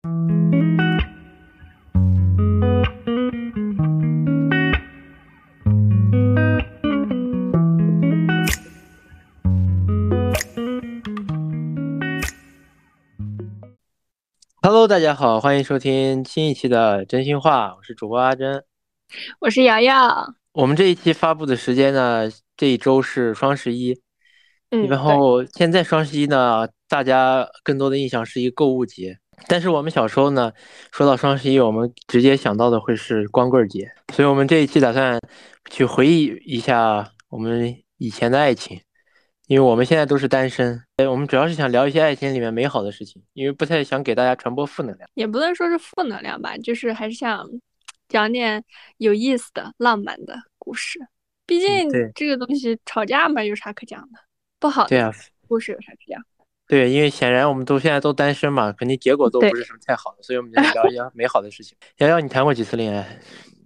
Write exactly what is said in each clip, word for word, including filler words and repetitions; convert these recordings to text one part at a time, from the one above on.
Hello，大家好，欢迎收听新一期的真心话，我是主播阿珍。 我是瑶瑶。 我们这一期发布的时间呢，这一周是双十一，然嗯，对。 后现在双十一呢，大家更多的印象是一个购物节，但是我们小时候呢，说到双十一，我们直接想到的会是光棍节，所以我们这一期打算去回忆一下我们以前的爱情，因为我们现在都是单身，呃我们主要是想聊一些爱情里面美好的事情，因为不太想给大家传播负能量。 也不能说是负能量吧，就是还是想讲点有意思的、浪漫的故事。毕嗯， 竟对。 这个东西吵架嘛，有啥可讲的？不好的对啊， 故事有啥可讲？ 对，因为显然我们都现在都单身嘛，肯定结果都对。 不是什么太好的，所以我们就聊一些美好的事情。瑶瑶，你谈过几次恋爱？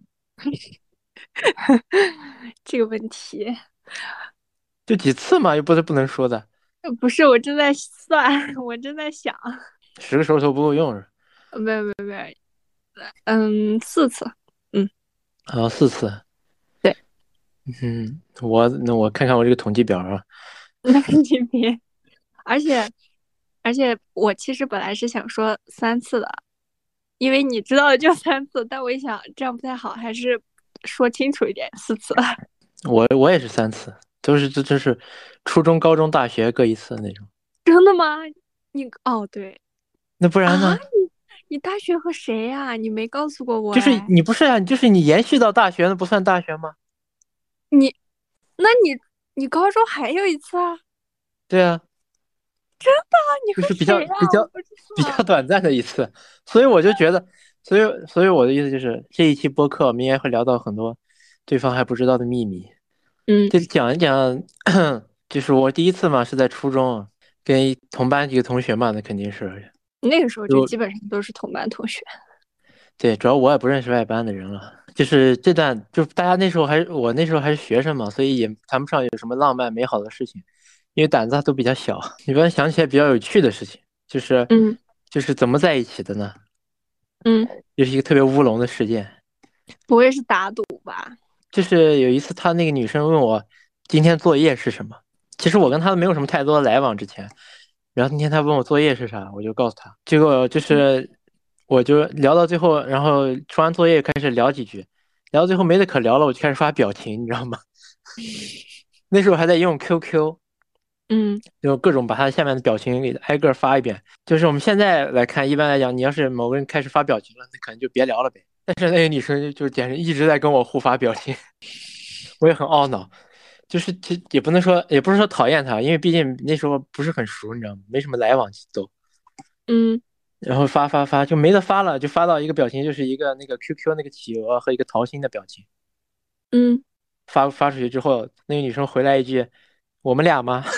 这个问题， 就几次嘛，又不是不能说的， 呃不是我正在算，我正在想。 十个手指头不够用是吧？ 呃没有没有没有，嗯，四次。嗯， 啊，四次。 对。 嗯，我那我看看我这个统计表啊。 那你别，而且而且我其实本来是想说三次的，因为你知道的就三次，但我一想这样不太好，还是说清楚一点，四次。 我我也是三次，都是这这是初中、高中、大学各一次那种。 真的吗？你哦对那不然啊， 呢？ 你你大学和谁呀、你没告诉过我就是哎。 你不是啊，就是你延续到大学，那不算大学吗？ 你那你你高中还有一次啊？ 对啊， 啊，你和就是比较谁呀、 比较我不知比较道。 短暂的一次，所以我就觉得，所以所以我的意思就是，这一期播客我们应该会聊到很多对方还不知道的秘密， 嗯， 就讲一讲，就是我第一次嘛是在初中，跟同班几个同学嘛，那肯定是那个时候就就基本上都是同班同学。 对，主要我也不认识外班的人了，就是这段就是大家那时候还我那时候还是学生嘛，所以也谈不上有什么浪漫美好的事情，因为胆子都比较小。你不然想起来比较有趣的事情，就是嗯就是怎么在一起的呢？ 嗯， 就是一个特别乌龙的事件， 不会是打赌吧？ 就是有一次他那个女生问我今天作业是什么，其实我跟她没有什么太多的来往之前，然后那天她问我作业是啥，我就告诉她，结果就是我就聊到最后，然后出完作业开始聊几句，聊到最后没得可聊了，我就开始发表情，你知道吗？那时候还在用 Q Q， 嗯， 就各种把他下面的表情给挨个发一遍。就是我们现在来看，一般来讲，你要是某个人开始发表情了，那可能就别聊了呗。但是那个女生就简直一直在跟我互发表情，我也很懊恼。就是其也不能说，也不是说讨厌她，因为毕竟那时候不是很熟，你知道吗？没什么来往都。 嗯然后发发发就没得发了，就发到一个表情，就是一个那个 Q Q 那个企鹅和一个桃心的表情。 嗯， 发发出去之后，那个女生回来一句："我们俩吗？"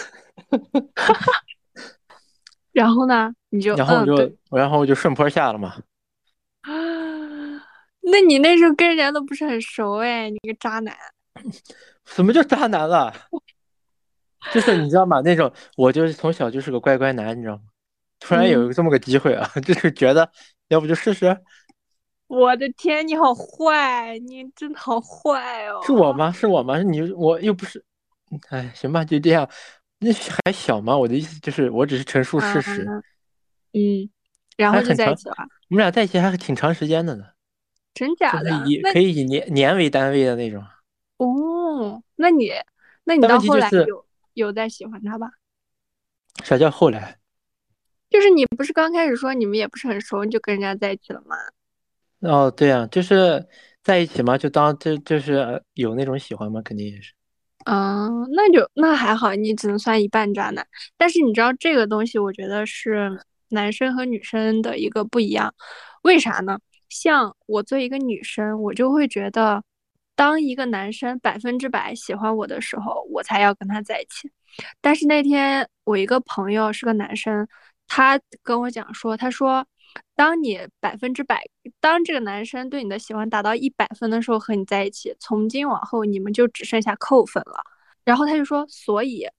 然后呢？你就然后我嗯对。 就然后我就顺坡下了嘛。 啊，那你那时候跟人家都不是很熟哎，你个渣男。 什么叫渣男了？就是你知道吗？那种我就是从小就是个乖乖男，你知道吗？突然有嗯， 一个这么个机会啊，就是觉得要不就试试。 我的天，你好坏，你真的好坏哦。 是我吗？是我吗？你我又不是，哎，行吧，就这样。那还小嘛，我的意思就是，我只是陈述事实， 嗯嗯，然后就还很长， 在一起了。 我们俩在一起还挺长时间的呢， 真就假的？那是以可以以年年为单位的那种。 哦，那你那你但问到后题就是， 来有有在喜欢他吧？ 啥叫后来？ 就是你不是刚开始说你们也不是很熟，你就跟人家在一起了吗？ 哦，对啊，就是在一起嘛，就当这就是呃有那种喜欢嘛，肯定也是。 嗯，那就那还好，你只能算一半渣男。但是你知道这个东西，我觉得是男生和女生的一个不一样。为啥呢？像我作为一个女生，我就会觉得，当一个男生百分之百喜欢我的时候，我才要跟他在一起。但是那天我一个朋友是个男生，他跟我讲说，他说，当你百分之百，当这个男生对你的喜欢达到一百分的时候，和你在一起，从今往后你们就只剩下扣分了。然后他就说，所以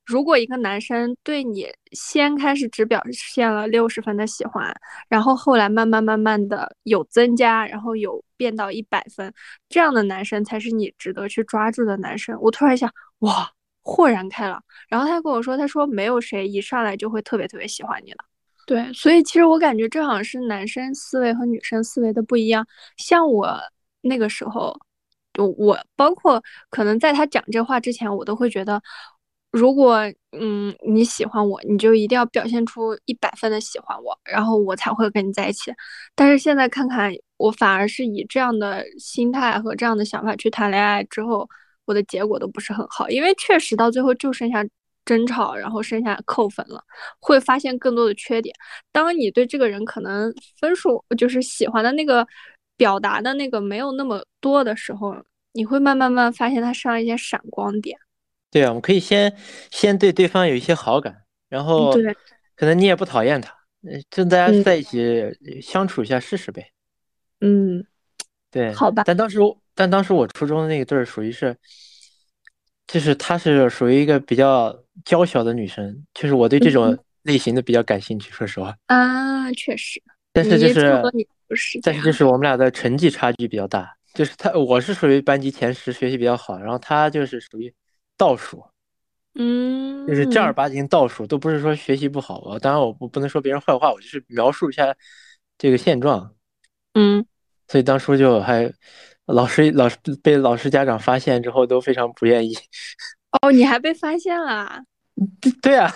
如果一个男生对你先开始只表现了六十分的喜欢，然后后来慢慢慢慢的有增加，然后有变到一百分，这样的男生才是你值得去抓住的男生。我突然想，哇，豁然开朗。然后他跟我说，他说没有谁一上来就会特别特别喜欢你的。对，所以其实我感觉这好像是男生思维和女生思维的不一样。像我那个时候，就我包括可能在他讲这话之前，我都会觉得，如果嗯你喜欢我，你就一定要表现出一百分的喜欢我，然后我才会跟你在一起。但是现在看看，我反而是以这样的心态和这样的想法去谈恋爱之后，我的结果都不是很好，因为确实到最后就剩下争吵，然后剩下扣分了，会发现更多的缺点。当你对这个人可能分数就是喜欢的那个表达的那个没有那么多的时候，你会慢慢慢发现他上一些闪光点。 对啊，我们可以先先对对方有一些好感，然嗯， 后对， 可能你也不讨厌他，嗯，就大家嗯在一起相处一下试试呗。 嗯， 对， 好吧， 但当时我但当时我初中的那个对儿属于是，就是她是属于一个比较娇小的女生，就是我对这嗯种类型的比较感兴趣，说实话。 啊，确实， 但是就你差不多是， 你不是这但是就样， 是我们俩的成绩差距比较大，就是她我是属于班级前十，学习比较好，然后她就是属于倒数。就是正儿嗯八经倒数，都不是说学习不好啊。当然，我不不能说别人坏话，我就是描述一下这个现状。 嗯， 所以当初就还老师老师被老师家长发现之后都非常不愿意。 哦，你还被发现了啊， 对对啊，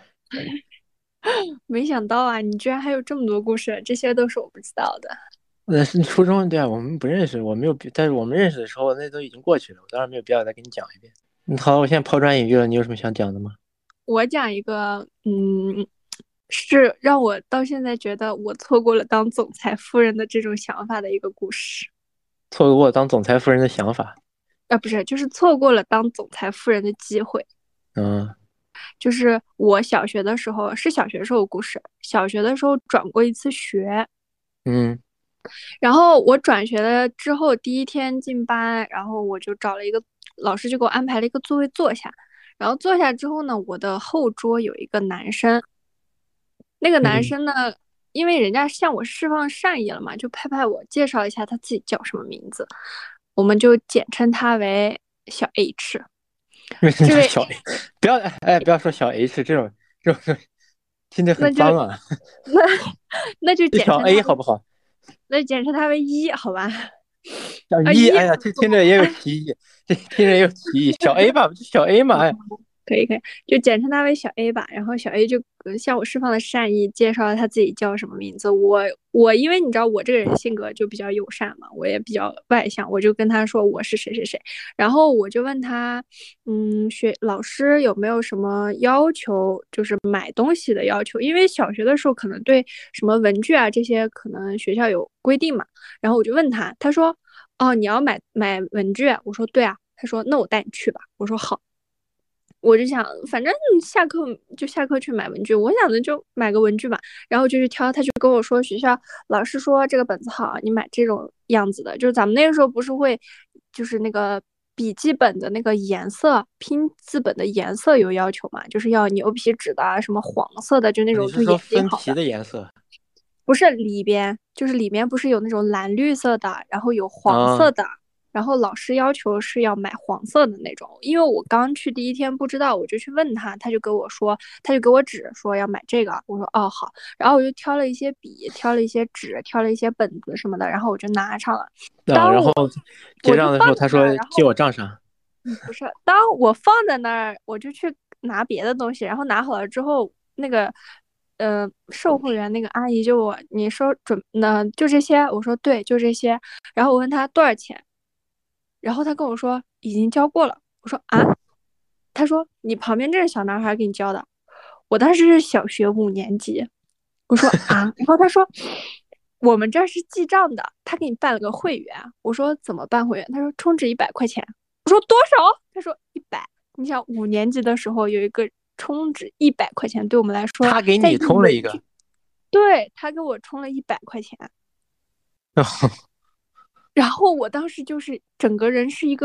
没想到啊，你居然还有这么多故事，这些都是我不知道的。 那是初中，对啊，我们不认识，我没有必，但是我们认识的时候那都已经过去了，我当然没有必要再给你讲一遍。嗯，好，我现在抛砖引玉了，你有什么想讲的吗？ 我讲一个，嗯，是让我到现在觉得我错过了当总裁夫人的这种想法的一个故事。 错过我当总裁夫人的想法。 啊，不是，就是错过了当总裁夫人的机会。 嗯就是我小学的时候，是小学时候的故事。小学的时候转过一次学， 嗯然后我转学了之后，第一天进班，然后我就找了一个老师，就给我安排了一个座位坐下。然后坐下之后呢，我的后桌有一个男生，那个男嗯， 生呢，因为人家向我释放善意了嘛，就拍拍我，介绍一下他自己叫什么名字，我们就简称他为小 H。 为什么这位， 叫小 A？不要哎哎，不要说小 H 这种这种，听着很那就脏啊。 那那就就小简称他 A 好为， 不好？ 那就简称他为一，好吧？啊， 小一， 一哎呀，听听着也有歧义，这听着也有歧义。小 A 吧，就小 A 嘛，哎， 可以可以，就简称他为小 A 吧。然后小 A 就呃向我释放了善意，介绍了他自己叫什么名字。我我因为你知道我这个人性格就比较友善嘛，我也比较外向，我就跟他说我是谁谁谁。然后我就问他，嗯，学老师有没有什么要求，就是买东西的要求？因为小学的时候可能对什么文具啊这些可能学校有规定嘛。然后我就问他，他说，哦，你要买买文具啊？我说对啊。他说那我带你去吧。我说好。我就想，反正下课就下课去买文具，我想着就买个文具吧，然后就去挑，他就跟我说学校老师说这个本子好，你买这种样子的，就是咱们那个时候不是会，就是那个笔记本的那个颜色，拼字本的颜色有要求嘛，就是要牛皮纸的啊，什么黄色的，就那你是说种对眼睛好的， 分皮的颜色不是里边，就是里面不是有那种蓝绿色的，然后有黄色啊？ 的，然后老师要求是要买黄色的那种。因为我刚去第一天不知道，我就去问他，他就跟我说，他就给我指说要买这个。我说哦好，然后我就挑了一些笔，挑了一些纸，挑了一些本子什么的，然后我就拿上了。 啊，然后当我我就结账的时候他说放在那儿，然借后我账上。 嗯不是，当我放在那儿，我就去拿别的东西，然后拿好了之后，那个呃售货员那个阿姨就我你说准那就这些，我说对，就这些，然后我问他多少钱，然后他跟我说已经交过了，我说啊，他说你旁边这个小男孩给你交的，我当时是小学五年级，我说啊，然后他说我们这儿是记账的，他给你办了个会员，我说怎么办会员？他说充值一百块钱，我说多少？他说一百。你想五年级的时候有一个充值一百块钱，对我们来说，在一他给你个文具， 充了一个。 对他给我充了一百块钱，然后我当时就是整个人是一个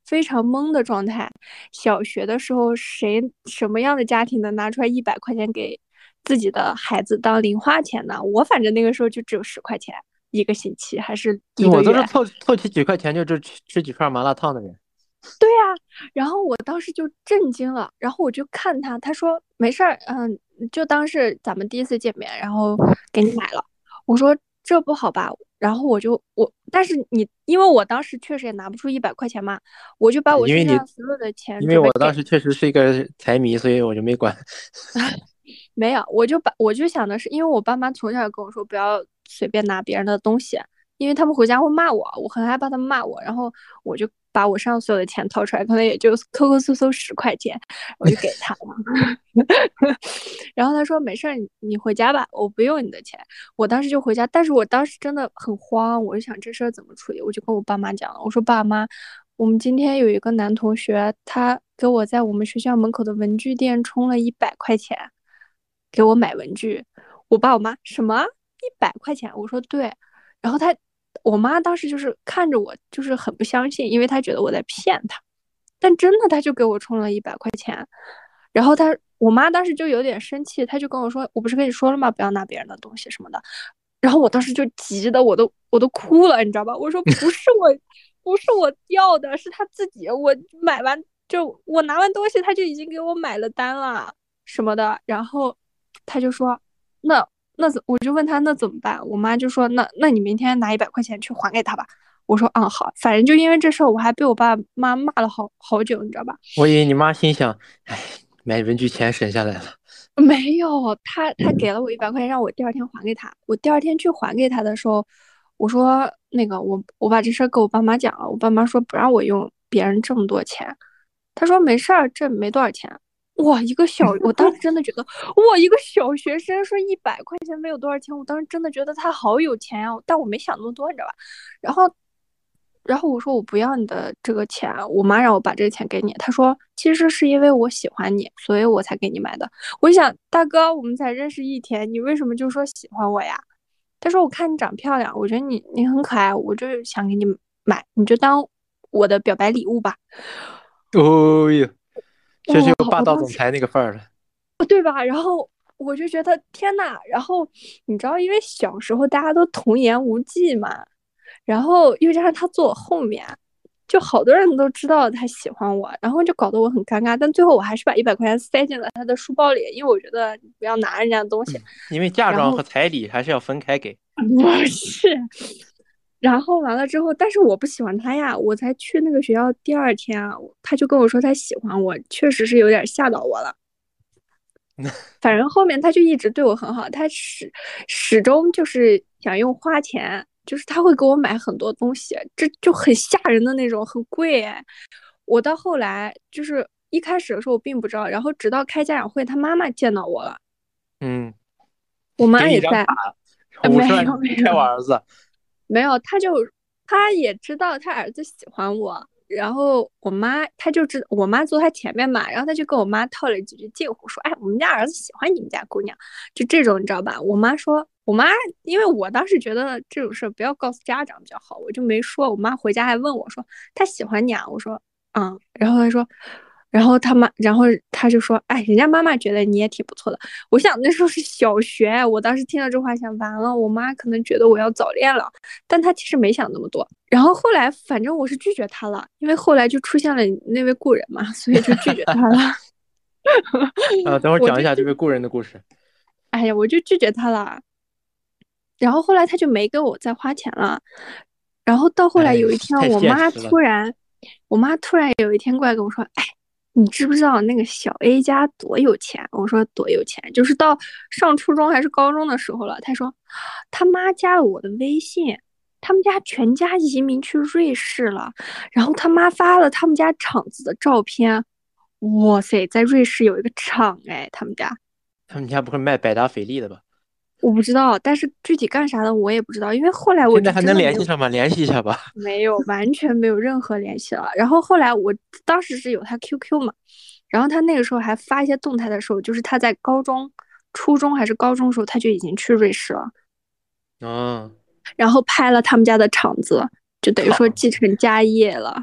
非常懵的状态。小学的时候，谁什么样的家庭能拿出来一百块钱给自己的孩子当零花钱呢？我反正那个时候就只有十块钱一个星期，还是一个月。 我都是凑凑齐几块钱就吃吃几串麻辣烫的人。 然后我当时就震惊了，然后我就看他，他说没事儿，嗯，就当是咱们第一次见面，然后给你买了。我说这不好吧？然后我就我，但是你因为我当时确实也拿不出一百块钱嘛，我就把我因为你身上所有的钱因为我准备给当时确实是一个财迷，所以我就没管。 没有，我就把我就想的是，因为我爸妈从小跟我说不要随便拿别人的东西，因为他们回家会骂我，我很害怕他们骂我，然后我就把我身上所有的钱掏出来，可能也就抠抠搜搜十块钱，我就给他了。然后他说没事儿，你你回家吧，我不用你的钱。我当时就回家，但是我当时真的很慌，我就想这事儿怎么处理，我就跟我爸妈讲了，我说爸妈，我们今天有一个男同学，他给我在我们学校门口的文具店充了一百块钱，给我买文具。我爸我妈什么一百块钱？我说对。然后他我妈当时就是看着我，就是很不相信，因为她觉得我在骗她。但真的，他就给我充了一百块钱。然后他我妈当时就有点生气，她就跟我说：“我不是跟你说了吗？不要拿别人的东西什么的。”然后我当时就急的我都我都哭了，你知道吧？我说不是我，不是我要的，是他自己。我买完就我拿完东西，他就已经给我买了单了什么的。然后他就说：“那那怎？”我就问他那怎么办？我妈就说：“那那你明天拿一百块钱去还给他吧。”我说：“嗯，好。”反正就因为这事儿，我还被我爸妈骂了好好久，你知道吧？ 我以为你妈心想，哎，买文具钱省下来了。 没有，他他给了我一百块钱，让我第二天还给他。我第二天去还给他的时候，我说那个我我把这事儿跟我爸妈讲了，我爸妈说不让我用别人这么多钱。他说没事儿，这没多少钱。哇，一个小，我当时真的觉得，哇，一个小学生说一百块钱没有多少钱，我当时真的觉得他好有钱呀、但我没想那么多，你知道吧？然后然后我说我不要你的这个钱，我妈让我把这个钱给你。她说其实是因为我喜欢你，所以我才给你买的。我想大哥，我们才认识一天，你为什么就说喜欢我呀？他说我看你长漂亮，我觉得你你很可爱，我就想给你买，你就当我的表白礼物吧。 哦哟，这是哇， 有霸我当时道总裁那个范儿了。 对吧？然后我就觉得天呐，然后你知道，因为小时候大家都童言无忌嘛，然后又加上他坐我后面，就好多人都知道他喜欢我，然后就搞得我很尴尬。但最后我还是把一百块钱塞进了他的书包里，因为我觉得不要拿人家的东西。 嗯，因为嫁然后妆和彩礼还是要分开给。 不是，然后完了之后，但是我不喜欢他呀。我才去那个学校第二天啊，他就跟我说他喜欢我，确实是有点吓到我了。反正后面他就一直对我很好，他始始终就是想用花钱，就是他会给我买很多东西，这就很吓人的那种，很贵哎。我到后来就是一开始的时候我并不知道，然后直到开家长会，他妈妈见到我了， 嗯， 我给你妈也在。 一张卡， 呃，没五十万有没有开我儿子。 没有，他就他也知道他儿子喜欢我，然后我妈他就知我妈坐他前面嘛，然后他就跟我妈套了几句近乎，说：“哎，我们家儿子喜欢你们家姑娘。”就这种你知道吧？我妈说，我妈因为我当时觉得这种事不要告诉家长比较好，我就没说。我妈回家还问我说：“他喜欢你啊？”我说：“嗯。”然后他说。然后他妈，然后他就说：“哎，人家妈妈觉得你也挺不错的。”我想那时候是小学，我当时听到这话，想完了，我妈可能觉得我要早恋了，但她其实没想那么多。然后后来，反正我是拒绝他了，因为后来就出现了那位故人嘛，所以就拒绝他了。 啊，等会儿我就讲一下这位故人的故事。 哎呀，我就拒绝他了。然后后来他就没给我再花钱了。然后到后来哎， 有一天， 太我妈现实了。 突然，我妈突然有一天过来跟我说：“哎，你知不知道那个小 A 家多有钱？”我说：“多有钱？”就是到上初中还是高中的时候了。他说：“他妈加了我的微信，他们家全家移民去瑞士了，然后他妈发了他们家厂子的照片。哇塞，在瑞士有一个厂哎，他们家。” 他们家不会卖百达翡丽的吧？ 我不知道，但是具体干啥的我也不知道，因为后来我就现在还能真的没有联系上吗？联系一下吧。 没有完全没有任何联系了。然后后来我当时是有他 Q Q 嘛，然后他那个时候还发一些动态的时候，就是他在高中、初中还是高中的时候，他就已经去瑞士了， 嗯， 然后拍了他们家的厂子，就等于说厂继承家业了。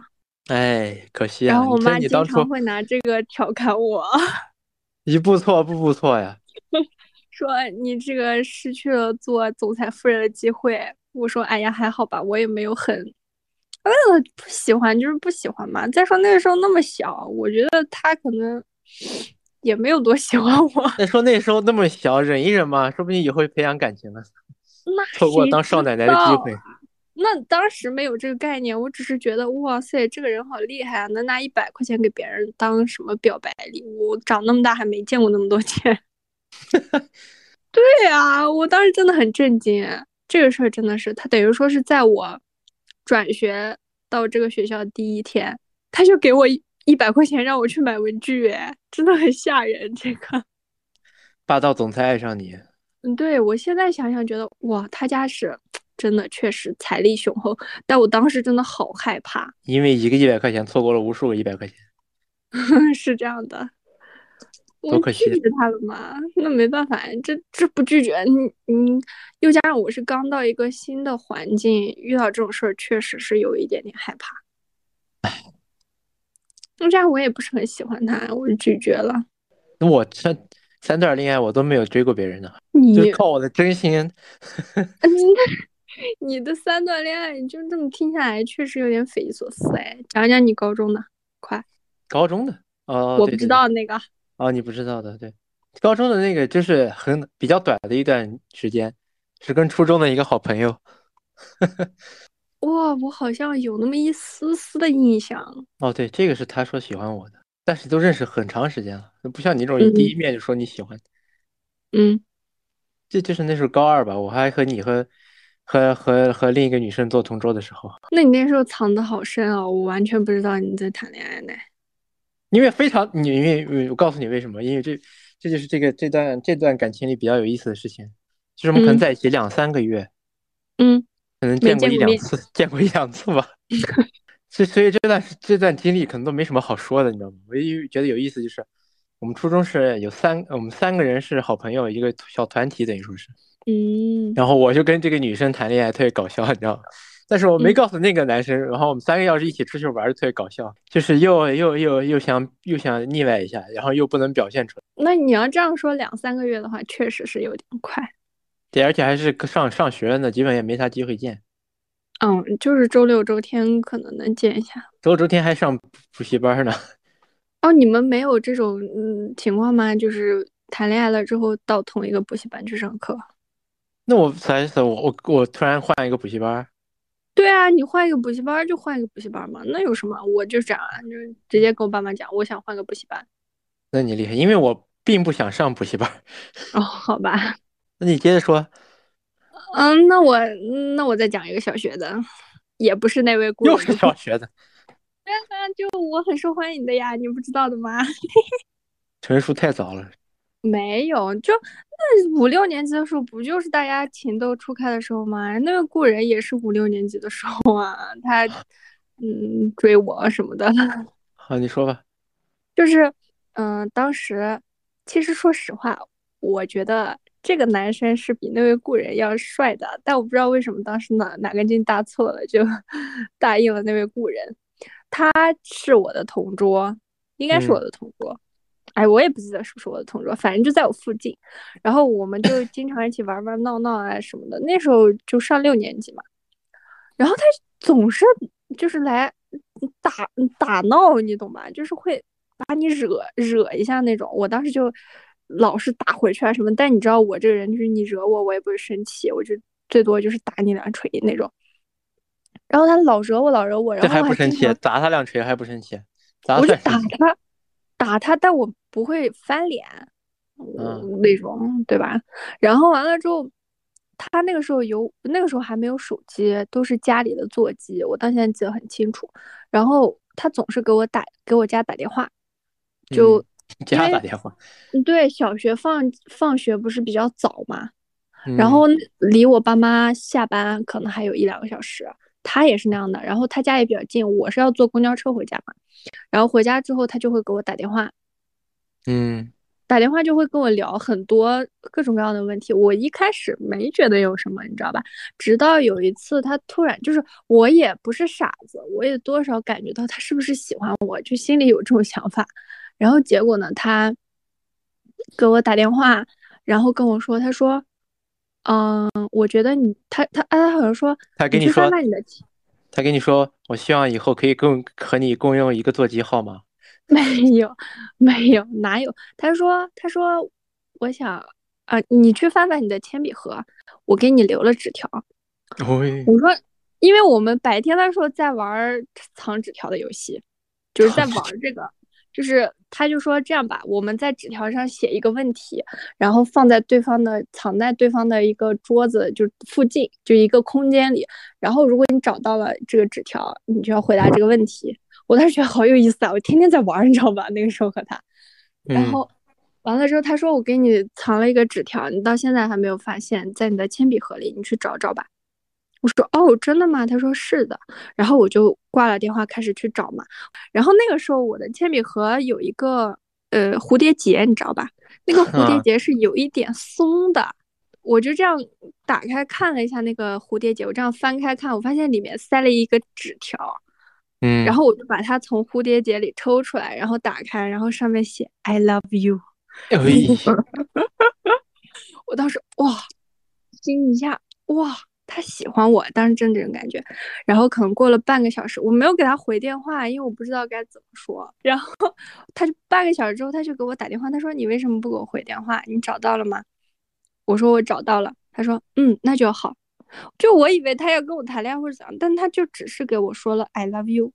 哎，可惜啊，你这然后我妈你当初经常会拿这个调侃我， 一步错步步错呀。 说你这个失去了做总裁夫人的机会。我说哎呀还好吧，我也没有很，呃不喜欢就是不喜欢嘛。再说那个时候那么小，我觉得他可能也没有多喜欢我。 再说那时候那么小，忍一忍嘛，说不定以后会培养感情呢。 那错过谁知当少奶奶的机会。 道啊？那当时没有这个概念，我只是觉得哇塞，这个人好厉害啊，能拿一百块钱给别人当什么表白礼物？长那么大还没见过那么多钱。对啊，我当时真的很震惊，这个事儿真的是，他等于说是在我转学到这个学校第一天，他就给我一一百块钱让我去买文具，哎，真的很吓人。这个， 霸道总裁爱上你。 嗯，对，我现在想想觉得哇，他家是真的确实财力雄厚，但我当时真的好害怕。 因为一个一百块钱错过了无数个一百块钱， 是这样的，我多可惜。 拒绝他了嘛，那没办法，这这不拒绝你你又加上我是刚到一个新的环境，遇到这种事儿确实是有一点点害怕。那这样我也不是很喜欢他，我就拒绝了。 那我这三段恋爱我都没有追过别人呢，就是你， 靠我的真心。 你的三段恋爱，你就这么听下来，确实有点匪夷所思哎。讲讲你高中的，快， 高中的。哦， 我不知对对对。 道那个。 哦，你不知道的，对。高中的那个就是很比较短的一段时间，是跟初中的一个好朋友。 哇，我好像有那么一丝丝的印象。 哦，对，这个是他说喜欢我的，但是都认识很长时间了，不像你这种一第嗯一面就说你喜欢。 嗯， 这就是那时候高二吧，我还和你和和和和另一个女生做同桌的时候。 那你那时候藏得好深啊，我完全不知道你在谈恋爱呢。 因为非常你因为我告诉你为什么，因为这这就是这个这段这段感情里比较有意思的事情，就是我们可能嗯在一起两三个月， 嗯， 可能没见过一见过面。 两次，见过一两次吧。所以所以这段这段经历可能都没什么好说的，你知道吗？唯一觉得有意思就是我们初中是有三我们三个人是好朋友，一个小团体等于说是。 嗯然后我就跟这个女生谈恋爱，特别搞笑，你知道吗？但是我没嗯， 告诉那个男生，然后我们三个要是一起出去玩，就特别搞笑，就是又又又又想又想腻歪一下，然后又不能表现出来。 那你要这样说两三个月的话，确实是有点快。 对，而且还是上上学呢，基本也没啥机会见。 嗯，就是周六周天可能能见一下。 周周天还上补习班呢。 哦，你们没有这种嗯情况吗？就是谈恋爱了之后到同一个补习班去上课？ 那我啥意思？我我我突然换一个补习班。 对啊，你换一个补习班就换一个补习班嘛，那有什么？我就这样啊，就直接跟我爸妈讲，我想换个补习班。 那你厉害，因为我并不想上补习班。 哦，好吧。 那你接着说。 嗯，那我那我再讲一个小学的，也不是那位故又是人的故事。 小学的。 那就我很受欢迎的呀，你不知道的吗？ 成熟太早了。 没有，就那五六年级的时候，不就是大家情窦初开的时候吗？那个故人也是五六年级的时候啊，他嗯追我什么的。 好，你说吧。 就是嗯、呃当时其实说实话，我觉得这个男生是比那位故人要帅的，但我不知道为什么当时哪哪根筋搭错了，就答应了那位故人。他是我的同桌，应该是我嗯的同桌。哎，我也不记得是不是我的同桌，反正就在我附近。然后我们就经常一起玩玩闹闹啊什么的。那时候就上六年级嘛，然后他总是就是来打打闹，你懂吧？就是会把你惹惹一下那种。我当时就老是打回去啊什么，但你知道我这个人就是你惹我，我也不会生气，我就最多就是打你两锤那种。然后他老惹我，老惹我，然这后我还不生气？ 还经常砸他两锤还不生气？砸我就打算生气。 他，打他，但我不会翻脸， 嗯嗯，那种，对吧？然后完了之后，他那个时候有，那个时候还没有手机，都是家里的座机，我到现在记得很清楚。然后他总是给我打，给我家打电话， 嗯。 就因为， 家打电话。 嗯对，小学放放学不是比较早嘛，然嗯后离我爸妈下班可能还有一两个小时，他也是那样的。然后他家也比较近，我是要坐公交车回家嘛。然后回家之后，他就会给我打电话， 嗯。 打电话就会跟我聊很多各种各样的问题。我一开始没觉得有什么，你知道吧？直到有一次，他突然就是我也不是傻子，我也多少感觉到他是不是喜欢我，就心里有这种想法。然后结果呢，他给我打电话，然后跟我说，他说，嗯，我觉得你，他他他好像说，你去翻他跟你说， 翻你的他跟你说，我希望以后可以共和你共用一个座机号码。 没有，没有，哪有？他说，他说，我想啊，你去翻翻你的铅笔盒，我给你留了纸条。 喂， 我说，因为我们白天的时候在玩藏纸条的游戏，就是在玩这个，就是他就说这样吧，我们在纸条上写一个问题，然后放在对方的藏在对方的一个桌子就附近，就一个空间里，然后如果你找到了这个纸条，你就要回答这个问题。我当时觉得好有意思啊，我天天在玩，你知道吧？那个时候和他，然嗯， 后完了之后，他说我给你藏了一个纸条，你到现在还没有发现，在你的铅笔盒里，你去找找吧。我说哦，真的吗？他说是的。然后我就挂了电话，开始去找嘛。然后那个时候我的铅笔盒有一个呃蝴蝶结，你知道吧？那个蝴蝶啊， 结是有一点松的。我就这样打开看了一下那个蝴蝶结，我这样翻开看，我发现里面塞了一个纸条。然嗯， 后我就把它从蝴蝶结里抽出来，然后打开，然后上面写 "I love you"。 喂， 我当时哇，惊一下，哇，他喜欢我，当时真这种感觉。然后可能过了半个小时，我没有给他回电话，因为我不知道该怎么说。然后他就半个小时之后，他就给我打电话，他说：“你为什么不给我回电话？你找到了吗？”我说：“我找到了。”他说：“嗯，那就好。”就我以为他要跟我谈恋爱或者怎样，但他就只是给我说了 "I love you"，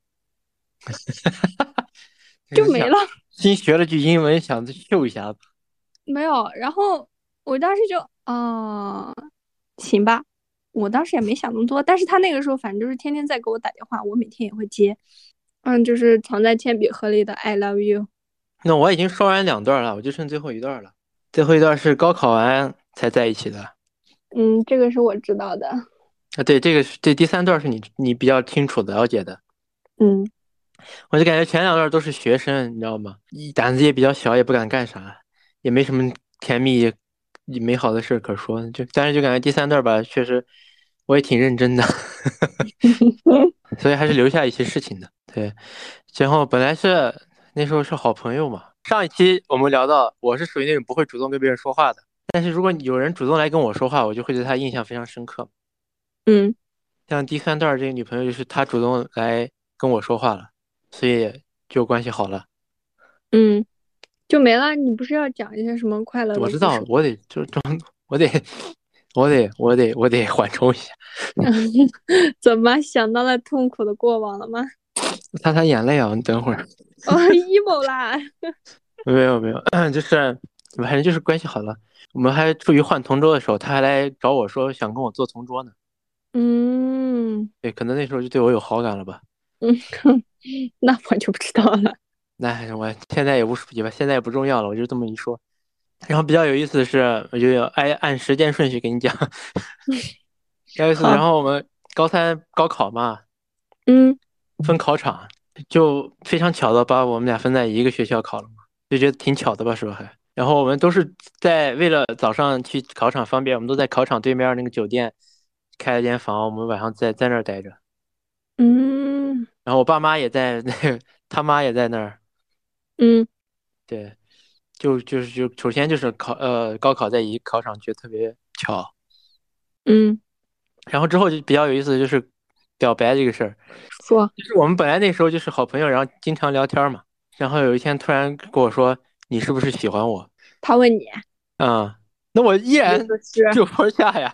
就没想了。 新学了句英文，想秀一下子。 没有，然后我当时就，嗯、行吧，我当时也没想那么多，但是他那个时候反正就是天天在给我打电话，我每天也会接，嗯，就是藏在铅笔盒里的 I love you。 那我已经说完两段了，我就剩最后一段了。最后一段是高考完才在一起的。 嗯，这个是我知道的。 啊，对，这个是这第三段是你你比较清楚的了解的。 嗯， 我就感觉前两段都是学生，你知道吗？一胆子也比较小，也不敢干啥，也没什么甜蜜美好的事可说。就但是就感觉第三段吧，确实我也挺认真的，所以还是留下一些事情的。对，然后本来是那时候是好朋友嘛。上一期我们聊到，我是属于那种不会主动跟别人说话的，但是如果有人主动来跟我说话，我就会对他印象非常深刻。 嗯像第三段这个女朋友，就是她主动来跟我说话了，所以就关系好了。 嗯，就没了。你不是要讲一些什么快乐我知道， 的故事吗？ 我得就就我得我得我得我得缓冲一下， 怎么想到了痛苦的过往了吗？ 擦擦眼泪啊！你等会儿， 哦，emo 啦。 没有没有，就是反正就是关系好了。我们还处于换同桌的时候，他还来找我说想跟我做同桌呢。 嗯对，可能那时候就对我有好感了吧。 嗯，那我就不知道了。 那我现在也不也现在也不重要了，我就这么一说。然后比较有意思的是，我就要按按时间顺序给你讲。比较有意思，然好， 后我们高三高考嘛， 嗯分考场，就非常巧的把我们俩分在一个学校考了嘛，就觉得挺巧的吧，是吧？还，然后我们都是在为了早上去考场方便，我们都在考场对面那个酒店开了间房，我们晚上在在那儿待着。 嗯然后我爸妈也在那个，他妈也在那儿。 嗯对，就就是就首先就是考呃高考在一个考场，觉得特别巧。 嗯， 然后之后就比较有意思的就是表白这个事儿， 说就是我们本来那时候就是好朋友，然后经常聊天嘛。然后有一天突然跟我说：“你是不是喜欢我？” 他问你， 啊、那我依意然思是就坡下呀。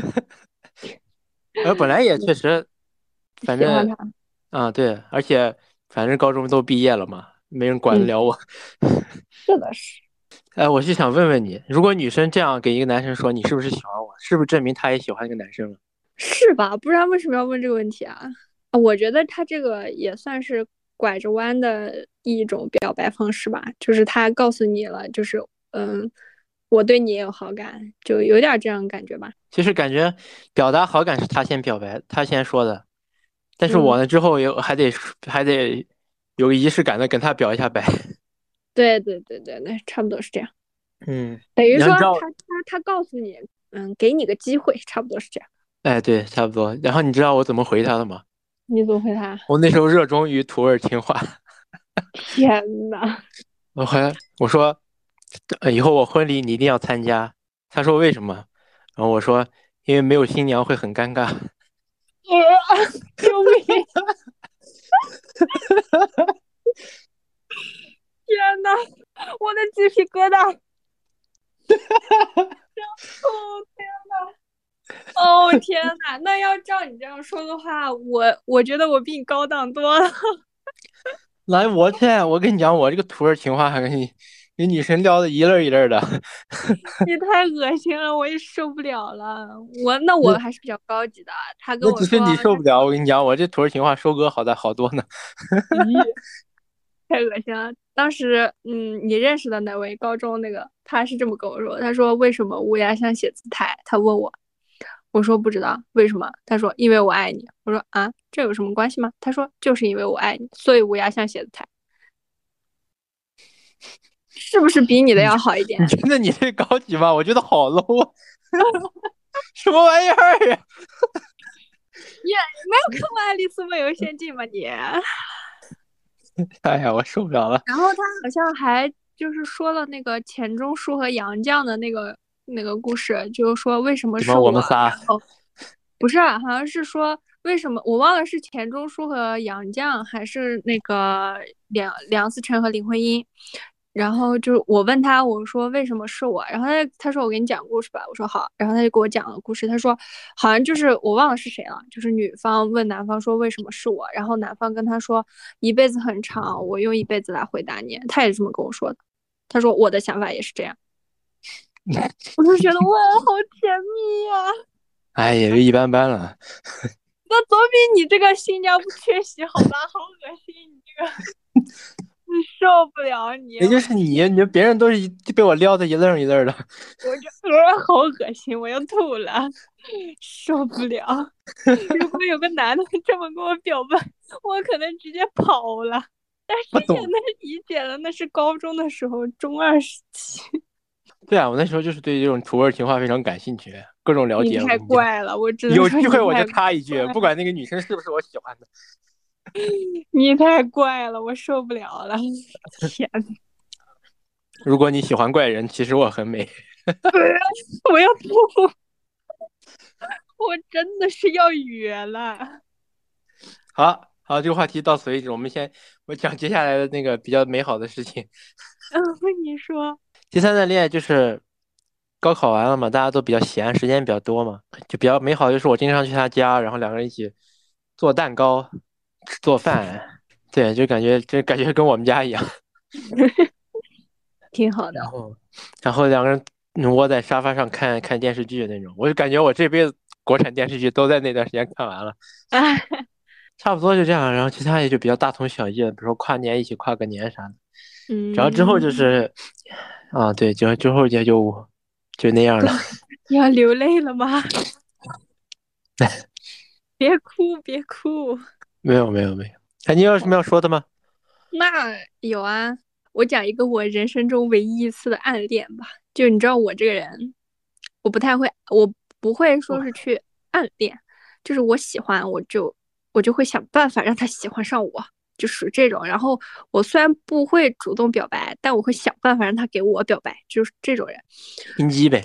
呃，本来也确实，反正喜欢他。 啊、对，而且反正高中都毕业了嘛，没人管得嗯， 了我。 是的是， 哎，我就想问问你，如果女生这样给一个男生说你是不是喜欢我，是不是证明她也喜欢那个男生了？ 是吧？不然为什么要问这个问题啊？啊我觉得他这个也算是拐着弯的一种表白方式吧，就是他告诉你了，就是嗯，我对你也有好感，就有点这样感觉吧。 其实感觉表达好感是他先表白，他先说的，但是我嗯， 呢之后有还得还得有个仪式感的跟他表一下白。 对对对对对，差不多是这样。 嗯， 等于说然后你知道， 他他他告诉你，嗯，给你个机会，差不多是这样。 哎，对，差不多。然后你知道我怎么回他的吗？ 你怎么回他？ 我那时候热衷于土味情话， 天呐， 我还我说，呃以后我婚礼你一定要参加。他说为什么？然后我说，因为没有新娘会很尴尬。 呃，救命！天呐，我的鸡皮疙瘩！哦天呐，哦天呐，那要照你这样说的话，我我觉得我比你高档多了。 来，我天，我跟你讲，我这个土味情话还跟你给女神撩的一愣一愣的。 你太恶心了，我也受不了了。我那我那还是比较高级的，他跟那只是我说， 你受不了，我跟你讲，我这土味情话收割好的好多呢。 咦，太恶心了。当时，嗯，你认识的那位高中那个，他是这么跟我说，他说为什么乌鸦像写字台？他问我，我说不知道为什么。他说因为我爱你。我说啊，这有什么关系吗？他说就是因为我爱你，所以乌鸦像写字台，是不是比你的你要好一点？ 你觉得你这高级吗？我觉得好 low 啊！什么玩意儿呀？ 你没有看过《爱丽丝梦游仙境》吗你？ 哎呀，我受不了了。 然后他好像还就是说了那个钱钟书和杨绛的那个那个故事，就是说为什么什么是我， 我们仨？ 然后不是啊，好像是说为什么我忘了是钱钟书和杨绛还是那个梁梁思成和林徽因。然后就我问他，我说为什么是我？然后他他说我给你讲故事吧。我说好。然后他就给我讲了故事。他说好像就是我忘了是谁了，就是女方问男方说为什么是我，然后男方跟他说一辈子很长，我用一辈子来回答你。他也这么跟我说的。他说我的想法也是这样。我就觉得哇，好甜蜜呀、 哎，也就一般般了。 那总比你这个新娘不缺席好吧？好恶心，你这个受不了你， 也就是你，你别人都是一被我撩的一愣一愣的。 我就呃好恶心，我要吐了，受不了。如果有个男的这么跟我表白，我可能直接跑了。但是不懂。 也能理解了，那是高中的时候，中二时期。 对啊，我那时候就是对这种土味情话非常感兴趣，各种了解。我你太跟你讲， 怪了，我只能有说机会我就你太插一句， 怪了， 不管那个女生是不是我喜欢的。 你太怪了，我受不了了。天呐， 如果你喜欢怪人，其实我很美。 我要吐，我真的是要哕了。 好好，这个话题到此为止。我们先我讲接下来的那个比较美好的事情。 嗯，你说， 第三段恋爱就是高考完了嘛，大家都比较闲，时间比较多嘛，就比较美好。就是我经常去他家，然后两个人一起做蛋糕、做饭，对，就感觉就感觉跟我们家一样。 挺好的。 然后，然后两个人窝在沙发上看看电视剧那种，我就感觉我这辈子国产电视剧都在那段时间看完了。 哎， 差不多就这样。然后其他也就比较大同小异的，比如说跨年一起跨个年啥的。然后之后就嗯， 是，啊，对，就之后也就就那样了。 你要流泪了吗？别哭，别哭。 没有没有没有。哎，你有什么要说的吗？ 那有啊，我讲一个我人生中唯一一次的暗恋吧。就你知道我这个人，我不太会，我不会说是去暗恋，就是我喜欢我就我就会想办法让他喜欢上我，就属于这种。然后我虽然不会主动表白，但我会想办法让他给我表白，就是这种人。 心机呗。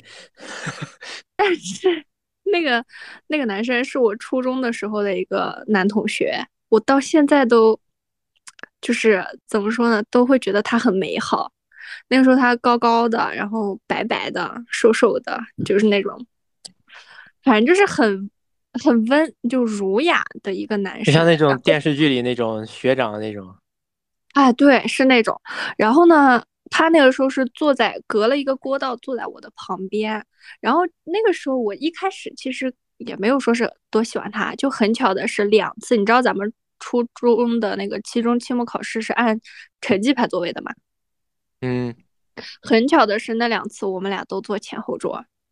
那个那个男生是我初中的时候的一个男同学，我到现在都就是怎么说呢，都会觉得他很美好。那个时候他高高的，然后白白的，瘦瘦的，就是那种，反正就是很很温，就儒雅的一个男生。 就像那种然后电视剧里那种学长那种。 哎，对，是那种。然后呢，他那个时候是坐在隔了一个过道，坐在我的旁边。然后那个时候我一开始其实也没有说是多喜欢他，就很巧的是两次，你知道咱们初中的那个期中、期末考试是按成绩排座位的嘛？ 嗯。 很巧的是那两次我们俩都坐前后桌。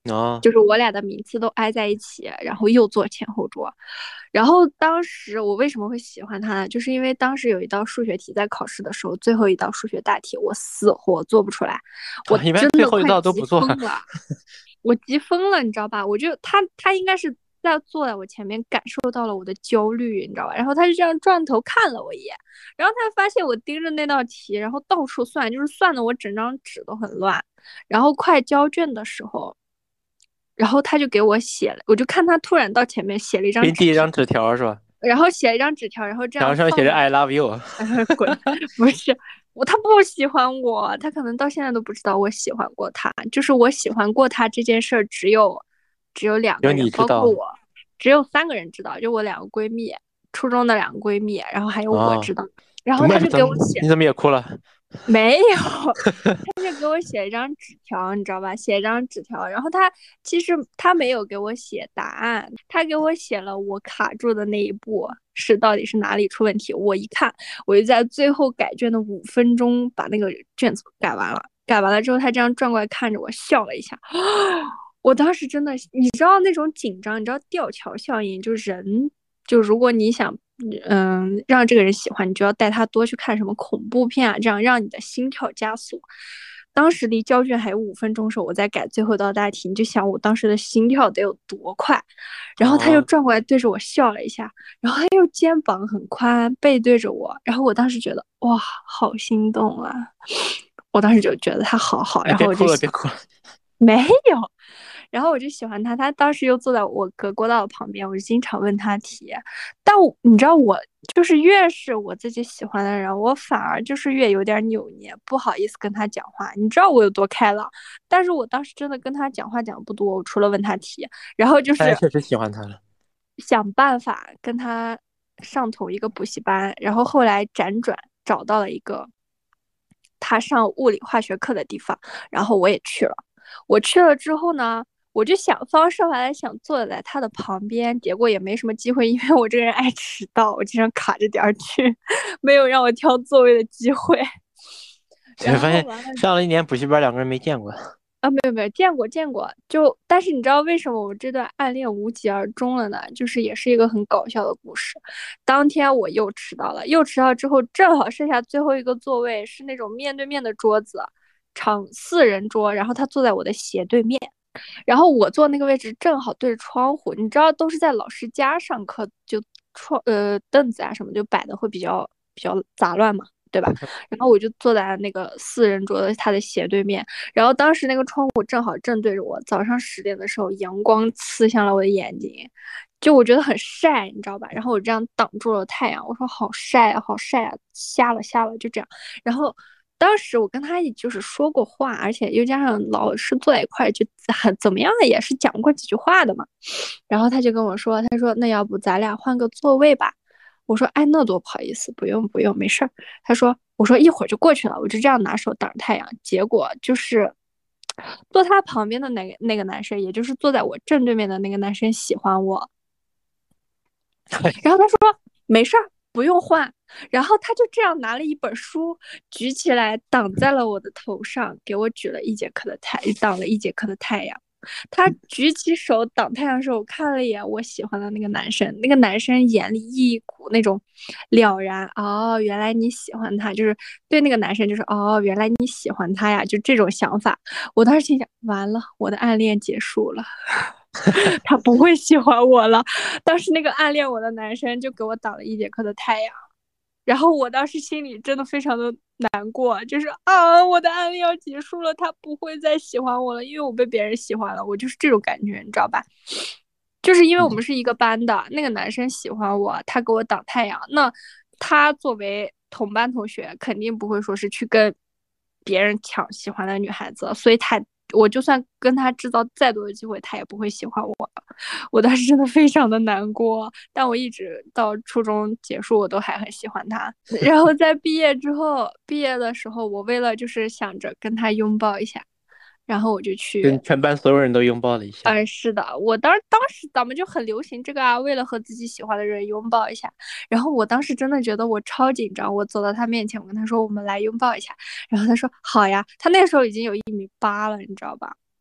哦， 就是我俩的名次都挨在一起，然后又坐前后桌。然后当时我为什么会喜欢他呢？就是因为当时有一道数学题在考试的时候，最后一道数学大题我死活做不出来，我一般真的最后一快急道都不做。 疯了，我急疯了，你知道吧？我就他他应该是在坐在我前面感受到了我的焦虑，你知道吧？然后他就这样转头看了我一眼，然后他发现我盯着那道题，然后到处算，就是算的我整张纸都很乱。然后快交卷的时候，然后他就给我写了，我就看他突然到前面写了一张纸条， 给你递一张纸条是吧？ 然后写了一张纸条，然后这然后样上面写着放在我， "I love you"。 呃，滚，不是我，他不喜欢我，他可能到现在都不知道我喜欢过他，就是我喜欢过他这件事儿，只有只有两有个人， 你知道。 包括我，只有三个人知道，就我两个闺蜜，初中的两个闺蜜，然后还有我哦， 知道，然后他就怎么怎么给我写。 你怎么也哭了？ 没有，他就给我写一张纸条，你知道吧？写一张纸条，然后他其实他没有给我写答案，他给我写了我卡住的那一步是到底是哪里出问题。我一看，我就在最后改卷的五分钟把那个卷子改完了。改完了之后，他这样转过来看着我笑了一下，我当时真的，你知道那种紧张，你知道吊桥效应，就人就如果你想嗯，让这个人喜欢你，就要带他多去看什么恐怖片啊，这样让你的心跳加速。当时离交卷还有五分钟的时候，我在改最后一道大题，你就想我当时的心跳得有多快。然后他又哦， 转过来对着我笑了一下，然后他又肩膀很宽，背对着我，然后我当时觉得哇，好心动啊！我当时就觉得他好好， 哎， 然后别哭了， 我就喜欢， 别哭了。 没有，然后我就喜欢他，他当时又坐在我隔过道的旁边，我就经常问他题。但我你知道我就是越是我自己喜欢的人，我反而就是越有点扭捏，不好意思跟他讲话。你知道我有多开朗，但是我当时真的跟他讲话讲不多，我除了问他题，然后就是大家确实喜欢他了。 想办法跟他上同一个补习班，然后后来辗转找到了一个他上物理化学课的地方，然后我也去了。我去了之后呢，我就想方设法的想坐在他的旁边，结果也没什么机会，因为我这个人爱迟到，我经常卡着点儿去，没有让我挑座位的机会。然结果发现后完了上了一年补习班，两个人没见过。 啊，没有没有见过见过，就但是你知道为什么我这段暗恋无疾而终了呢？就是也是一个很搞笑的故事。当天我又迟到了，又迟到之后，正好剩下最后一个座位是那种面对面的桌子，长四人桌，然后他坐在我的斜对面，然后我坐那个位置正好对着窗户，你知道都是在老师家上课，就窗呃凳子啊什么就摆的会比较比较杂乱嘛。对吧？然后我就坐在那个四人桌的他的斜对面，然后当时那个窗户正好正对着我，早上十点的时候，阳光刺向了我的眼睛，就我觉得很晒，你知道吧？然后我这样挡住了太阳，我说好晒啊，好晒啊，瞎了瞎了，就这样。然后当时我跟他也就是说过话，而且又加上老师坐在一块，就很怎么样也是讲过几句话的嘛。然后他就跟我说，他说那要不咱俩换个座位吧？我说哎，那多不好意思，不用不用，没事儿。他说我说一会儿就过去了，我就这样拿手挡着太阳。结果就是坐他旁边的那个那个男生，也就是坐在我正对面的那个男生喜欢我，然后他说没事儿，不用换。然后他就这样拿了一本书举起来挡在了我的头上，给我举了一节课的太，挡了一节课的太阳。他举起手挡太阳的时候，我看了一眼我喜欢的那个男生，那个男生眼里一股那种了然，哦，原来你喜欢他，就是对那个男生就是哦，原来你喜欢他呀，就这种想法。我当时心想，完了，我的暗恋结束了。他不会喜欢我了。当时那个暗恋我的男生就给我挡了一节课的太阳，然后我当时心里真的非常的难过，就是啊，我的暗恋要结束了，他不会再喜欢我了，因为我被别人喜欢了，我就是这种感觉，你知道吧？就是因为我们是一个班的，那个男生喜欢我，他给我挡太阳，那他作为同班同学，肯定不会说是去跟别人抢喜欢的女孩子，所以他我就算跟他制造再多的机会，他也不会喜欢我。我当时真的非常的难过，但我一直到初中结束，我都还很喜欢他。然后在毕业之后，毕业的时候，我为了就是想着跟他拥抱一下，然后我就去跟全班所有人都拥抱了一下。 嗯，是的，我当当时咱们就很流行这个啊，为了和自己喜欢的人拥抱一下。然后我当时真的觉得我超紧张，我走到他面前，我跟他说我们来拥抱一下，然后他说好呀。他那时候已经有一米八了，你知道吧？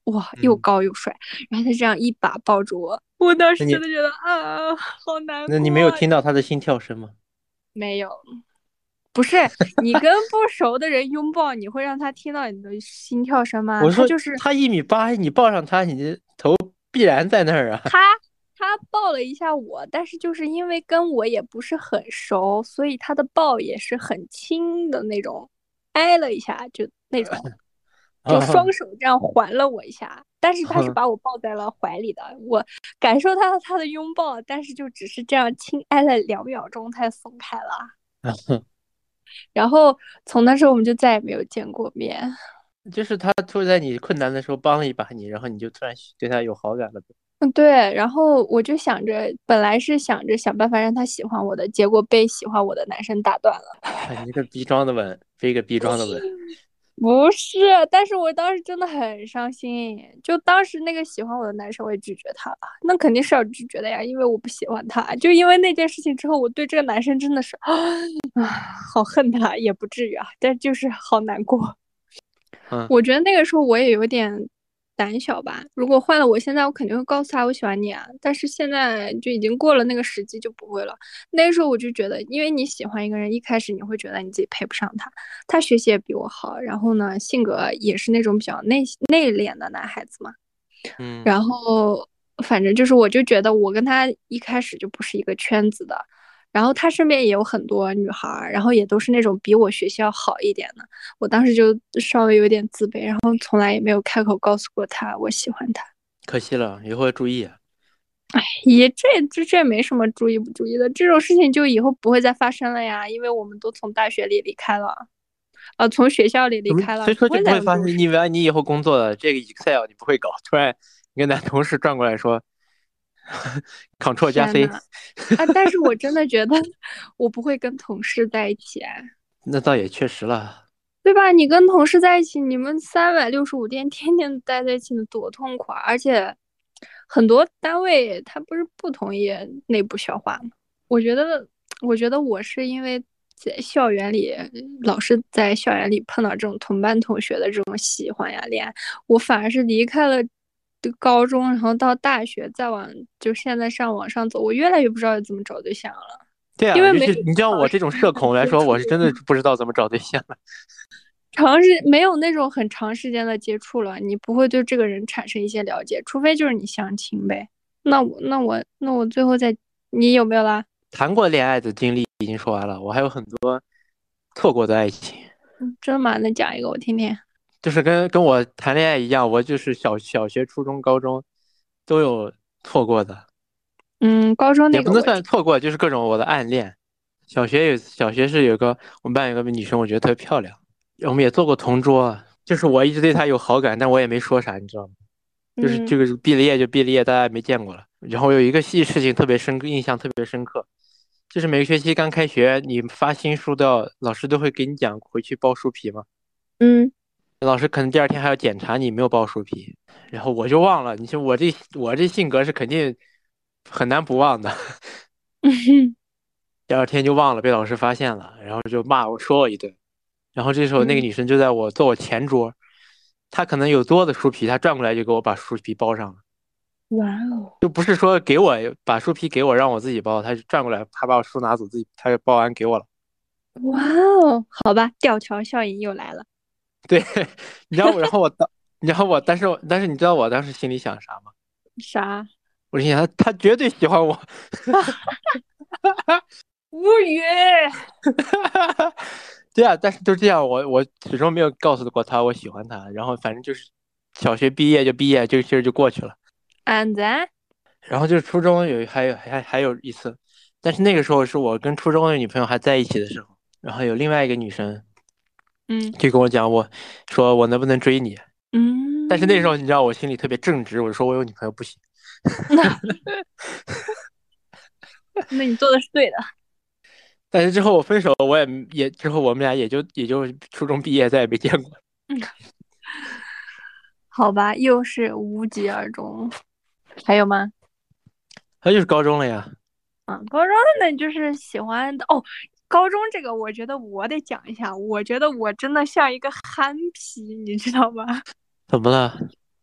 哇，又嗯， 高又帅，然后他这样一把抱住我，我当时那你真的觉得啊，好难那你没有过啊。 听到他的心跳声吗？ 没有，不是你跟不熟的人拥抱，你会让他听到你的心跳声吗？ 我是说他就是他一米八，你抱上他，你的头必然在那儿啊。 他，他抱了一下我，但是就是因为跟我也不是很熟，所以他的抱也是很轻的那种，挨了一下就那种，就双啊， 手这样环了我一下。但是他是把我抱在了怀里的，我感受到了他的拥抱，但是就只是这样轻挨了两秒钟，他就松开了。然后从那时候我们就再也没有见过面。 就是他突然在你困难的时候帮了一把你，然后你就突然对他有好感了。 嗯，对，然后我就想着，本来是想着想办法让他喜欢我的，结果被喜欢我的男生打断了。 哎，你这个逼装的吻，飞个逼装的吻。 不是，但是我当时真的很伤心，就当时那个喜欢我的男生，我也拒绝他了，那肯定是要拒绝的呀，因为我不喜欢他。就因为那件事情之后，我对这个男生真的是啊，好恨他，也不至于啊，但就是好难过。 嗯， 我觉得那个时候我也有点胆小吧。如果换了我现在，我肯定会告诉他我喜欢你啊。但是现在就已经过了那个时机，就不会了。那个时候我就觉得，因为你喜欢一个人，一开始你会觉得你自己配不上他，他学习也比我好，然后呢，性格也是那种比较内内敛的男孩子嘛。 嗯， 然后反正就是，我就觉得我跟他一开始就不是一个圈子的。然后他身边也有很多女孩，然后也都是那种比我学习要好一点的。我当时就稍微有点自卑，然后从来也没有开口告诉过他我喜欢他。 可惜了，以后要注意啊。 也这这这没什么注意不注意的，这种事情就以后不会再发生了呀，因为我们都从大学里离开了，呃，从学校里离怎么开了， 谁说就不会再不会发生？ 有这种事。 你以为你以后工作的这个 Excel 你不会搞，突然你跟男同事转过来说 Ctrl 加天 C， 呐，啊！但是我真的觉得我不会跟同事在一起， 那倒也确实了。 对吧？你跟同事在一起，你们三百六十五天天天待在一起，多痛苦啊！而且很多单位他不是不同意内部消化吗？我觉得，我觉得我是因为在校园里，老是在校园里碰到这种同班同学的这种喜欢呀、恋爱，我反而是离开了高中，然后到大学，再往就现在上往上走，我越来越不知道怎么找对象了， 对啊， 因为没有尤其你像我这种社恐来说， 接触。 我是真的不知道怎么找对象了。 长时没有那种很长时间的接触了，你不会对这个人产生一些了解，除非就是你相亲呗。那我那我那我最后再，你有没有啦？ 谈过恋爱的经历已经说完了，我还有很多错过的爱情， 嗯，真的吗？那讲一个我听听。 就是跟跟我谈恋爱一样，我就是小小学、初中、高中都有错过的， 嗯，高中也不能那个我听。 算错过，就是各种我的暗恋。小学有小学是有个我们班有个女生，我觉得特别漂亮，我们也做过同桌，就是我一直对她有好感，但我也没说啥，你知道吗？就是嗯这个毕了业就毕了业，大家也没见过了。然后有一个细事情特别深刻，印象特别深刻，就是每个学期刚开学，你发新书都要，老师都会给你讲回去包书皮嘛。 嗯老师可能第二天还要检查你没有包书皮，然后我就忘了。你说我这我这性格是肯定很难不忘的， 嗯第二天就忘了，被老师发现了，然后就骂我说我一顿。然后这时候那个嗯， 女生就在我坐我前桌，她可能有多的书皮，她转过来就给我把书皮包上了。 哇哦就不是说给我把书皮给我让我自己包，他就转过来，他把我书拿走，自己他就包完给我了。 哇哦，好吧，吊桥效应又来了。 对，你知道，然后我当，你知道我，但是但是你知道我当时心里想啥吗？ 啥？ 我心想他他绝对喜欢我， 无语。 对啊，但是就这样，我我始终没有告诉过他我喜欢他，然后反正就是小学毕业就毕业，这个事儿就过去了。 And then？ 然后就是初中有还有还还有一次，但是那个时候是我跟初中的女朋友还在一起的时候，然后有另外一个女生嗯就跟我讲，我说我能不能追你？但是那时嗯， 候你知道我心里特别正直，我就说我有女朋友不行。 那那你做的是对的。 但是之后我分手，我也也之后我们俩也就也就初中毕业再也没见过。 嗯，好吧，又是无疾而终。还有吗？ 他就是高中了呀。 嗯，高中的那就是喜欢的哦。高中这个，我觉得我得讲一下。我觉得我真的像一个憨皮，你知道吗？ 怎么了？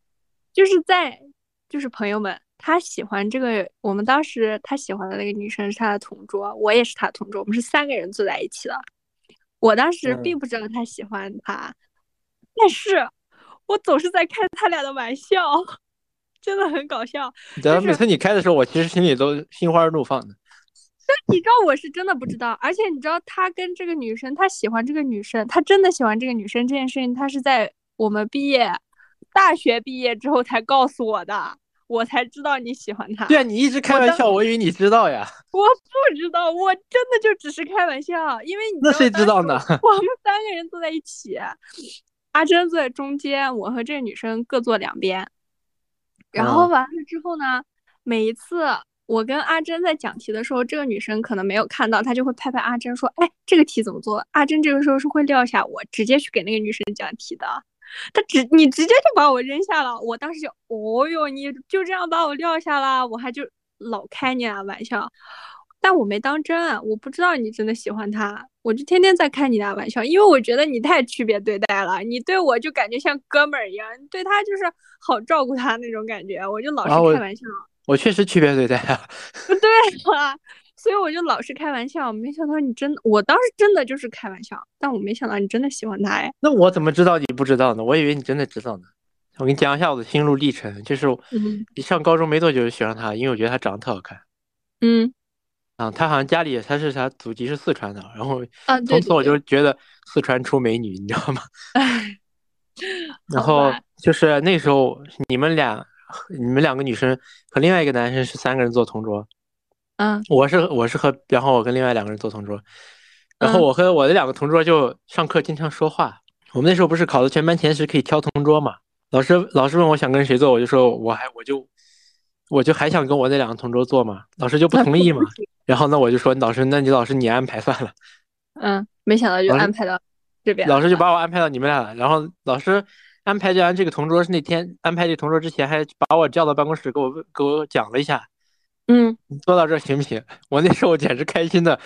就是在就是朋友们，他喜欢这个，我们当时他喜欢的那个女生是他的同桌，我也是他同桌，我们是三个人坐在一起的。我当时并嗯， 不知道他喜欢他，但是我总是在开他俩的玩笑，真的很搞笑。就是然后每次你开的时候，我其实心里都心花怒放的。 你知道我是真的不知道，而且你知道他跟这个女生，他喜欢这个女生，他真的喜欢这个女生这件事情，他是在我们毕业，大学毕业之后才告诉我的，我才知道你喜欢对啊， 他。 你一直开我当玩笑，我以为你知道呀。 我不知道，我真的就只是开玩笑，因为你知那道当时谁知道呢？ 我们三个人坐在一起，阿珍坐在中间，我和这个女生各坐两边。然后嗯， 完了之后呢，每一次我跟阿珍在讲题的时候，这个女生可能没有看到，她就会拍拍阿珍说：“哎，这个题怎么做？”阿珍这个时候是会撂下我，直接去给那个女生讲题的。她直你直接就把我扔下了，我当时就，哦哟，你就这样把我撂下了，我还就老开你俩玩笑，但我没当真，我不知道你真的喜欢他，我就天天在开你俩玩笑，因为我觉得你太区别对待了，你对我就感觉像哥们儿一样，你对他就是好照顾他那种感觉，我就老啊，我是开玩笑， 我确实区别对待啊。 不对啊，所以我就老是开玩笑，没想到你真，我当时真的就是开玩笑，但我没想到你真的喜欢他哎， 那我怎么知道你不知道呢？我以为你真的知道呢。我给你讲一下我的心路历程，就是嗯一上高中没多久就喜欢他，因为我觉得他长得特好看。 嗯啊，他好像家里他是他祖籍是四川的，然后啊， 从此我就对对对， 觉得四川出美女，你知道吗？ 哎， 然后好吧， 就是那时候你们俩，你们两个女生和另外一个男生是三个人做同桌， 嗯我是我是和，然后我跟另外两个人做同桌，然后嗯， 我和我的两个同桌就上课经常说话。我们那时候不是考的全班前十可以挑同桌嘛？老师老师问我想跟谁做，我就说我还我就我就还想跟我那两个同桌做嘛，老师就不那同意嘛。 可不行， 然后那我就说老师，那你老师你安排算了。 嗯，没想到就老师安排到这边老师就来了， 把我安排到你们俩了。然后老师安排完这个同桌是那天安排这个同桌之前，还把我叫到办公室给我给我讲了一下， 嗯。 你做到这行不行？我那时候简直开心的，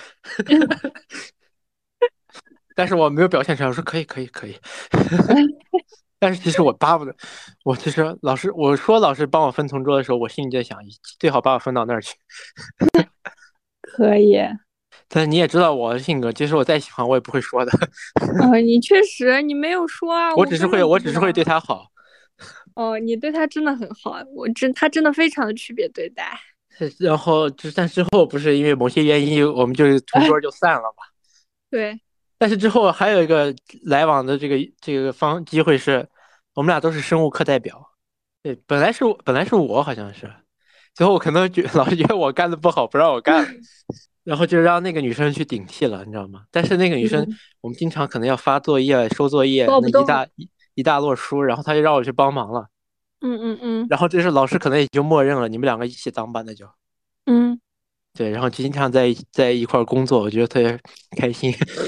但是我没有表现出来，我说可以可以可以。但是其实我巴不得，我其实老师我说老师帮我分同桌的时候，我心里在想，最好把我分到那儿去。 可以， 但是你也知道我的性格，即使我再喜欢，我也不会说的。 哦，你确实你没有说啊， 我我根只是会我本不知道。 只是会对他好。 哦，你对他真的很好，我真他真的非常的区别对待。 然后就但之后不是因为某些原因，我们就同桌就散了嘛。 对， 但是之后还有一个来往的这个这个方机会是，我们俩都是生物课代表。对，本来是本来是我好像是，最后可能觉老师觉得我干的不好，不让我干了，然后就让那个女生去顶替了，你知道吗？但是那个女生， 嗯， 我们经常可能要发作业、收作业， 抱不动。 那一大一一大摞书，然后她就让我去帮忙了。 嗯嗯嗯然后这时候老师可能也就默认了，你们两个一起当吧，那就嗯， 对。然后经常在一在一块儿工作，我觉得特别开心。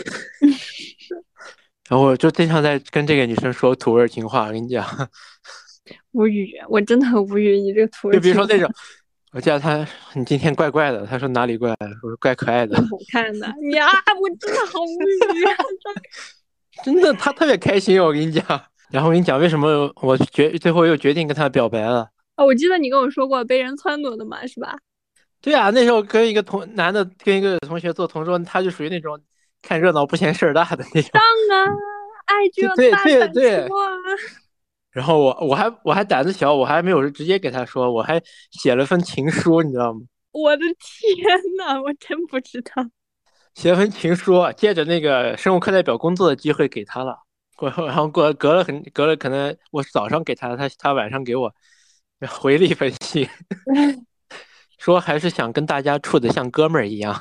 然后我就经常在跟这个女生说土味情话，我跟你讲。 无语，我真的很无语。你这个土味就比如情话说那种，我叫她，你今天怪怪的，她说哪里怪？我说怪可爱的。 挺好看的。你啊，我真的好无语啊！ 真的，她特别开心，我跟你讲。然后我跟你讲，为什么我决最后又决定跟她表白了。 哦，我记得你跟我说过被人撺掇的嘛，是吧？ 对啊，那时候跟一个同男的跟一个同学做同桌，他就属于那种看热闹不嫌事儿大的那种。 当啊，爱就要对对大胆说对对。 啊！ 然后我我还我还胆子小，我还没有直接给他说，我还写了份情书，你知道吗？ 我的天呐，我真不知道。 写了份情书，借着那个生物课代表工作的机会给他了。过然后过隔了很隔了可能我早上给他，他他晚上给我回了一封信，说还是想跟大家处的像哥们儿一样。